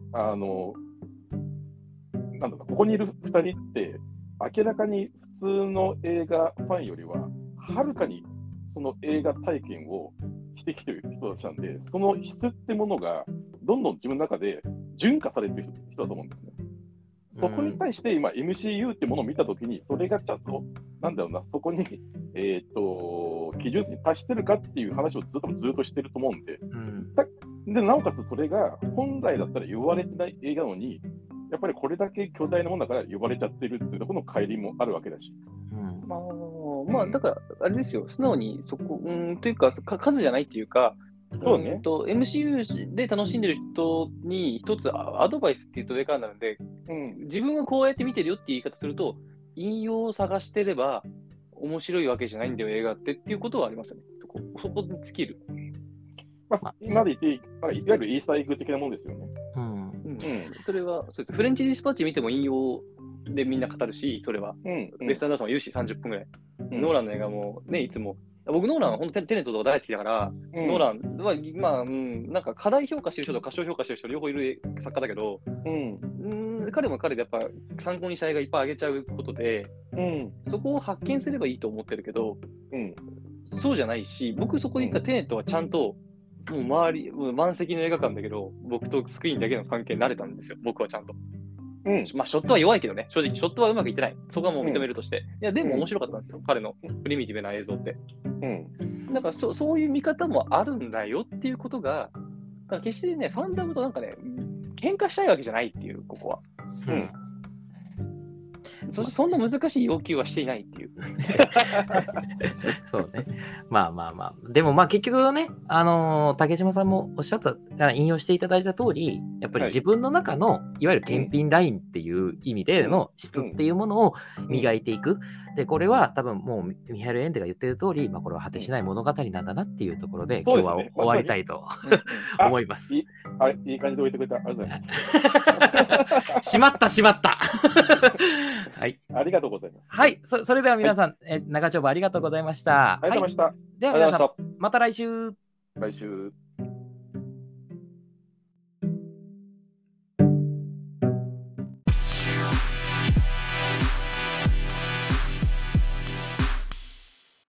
なんだろう、ここにいる2人って、明らかに普通の映画ファンよりは、はるかにその映画体験をしてきてる人たちなんで、その質ってものがどんどん自分の中で純化されてる人だと思うんですね。そこに対して今 MCU ってものを見たときに、それがちゃんと、なんだろうな、そこに、基準値に達してるかっていう話をずっとしてると思うんで、で、なおかつそれが本来だったら言われてない映画なのに、やっぱりこれだけ巨大なものだから呼ばれちゃってるっていうところの乖離もあるわけだし。 まあ、だから、あれですよ、素直にそこ、というか、数じゃないっていうか、 そうね。 MCU で楽しんでる人に一つアドバイスっていうと上からになるんで、自分はこうやって見てるよって言い方すると、引用を探してれば面白いわけじゃないんだよ、映画ってっていうことはありますよね。そこに尽きる。 今で言って、いわゆるイースターエッグ的なものですよね。 それはそうです。フレンチディスパッチ見ても引用でみんな語るし、それは。ベストアンダーソンは言うし、30分ぐらい。ノーランの映画もね、いつも。僕、ノーランは本当にテネットとか大好きだから、ノーランは、まあ、なんか過大評価してる人と過小評価してる人両方いる作家だけど、彼も彼でやっぱ参考にした映画いっぱいあげちゃうことで、そこを発見すればいいと思ってるけど、そうじゃないし、僕そこで言ったテネットはちゃんと、もう周り、満席の映画館だけど、僕とスクリーンだけの関係になれたんですよ、僕はちゃんと。まあ、ショットは弱いけどね、正直、ショットはうまくいってない。そこはもう認めるとして。いや、でも面白かったんですよ、彼のプリミティブな映像って。だからそういう見方もあるんだよっていうことが、だから決してね、ファンダムとなんかね、喧嘩したいわけじゃないっていう、ここは。そしてそんな難しい要求はしていないっていう。 そうね。まあ。でも結局ね、竹島さんもおっしゃった、引用していただいた通り、やっぱり自分の中の、いわゆる検品ラインっていう意味での質っていうものを磨いていく。で、これは多分もうミハイル・エンデが言ってる通り、これは果てしない物語なんだなっていうところで、今日は終わりたいと思います。 いい感じで置いてくれた。ありがとうございます。 しまったはい。 ありがとうございます。 はい。それでは皆さん、長丁場ありがとうございました。 ありがとうございました。 では皆さん、また来週。 来週。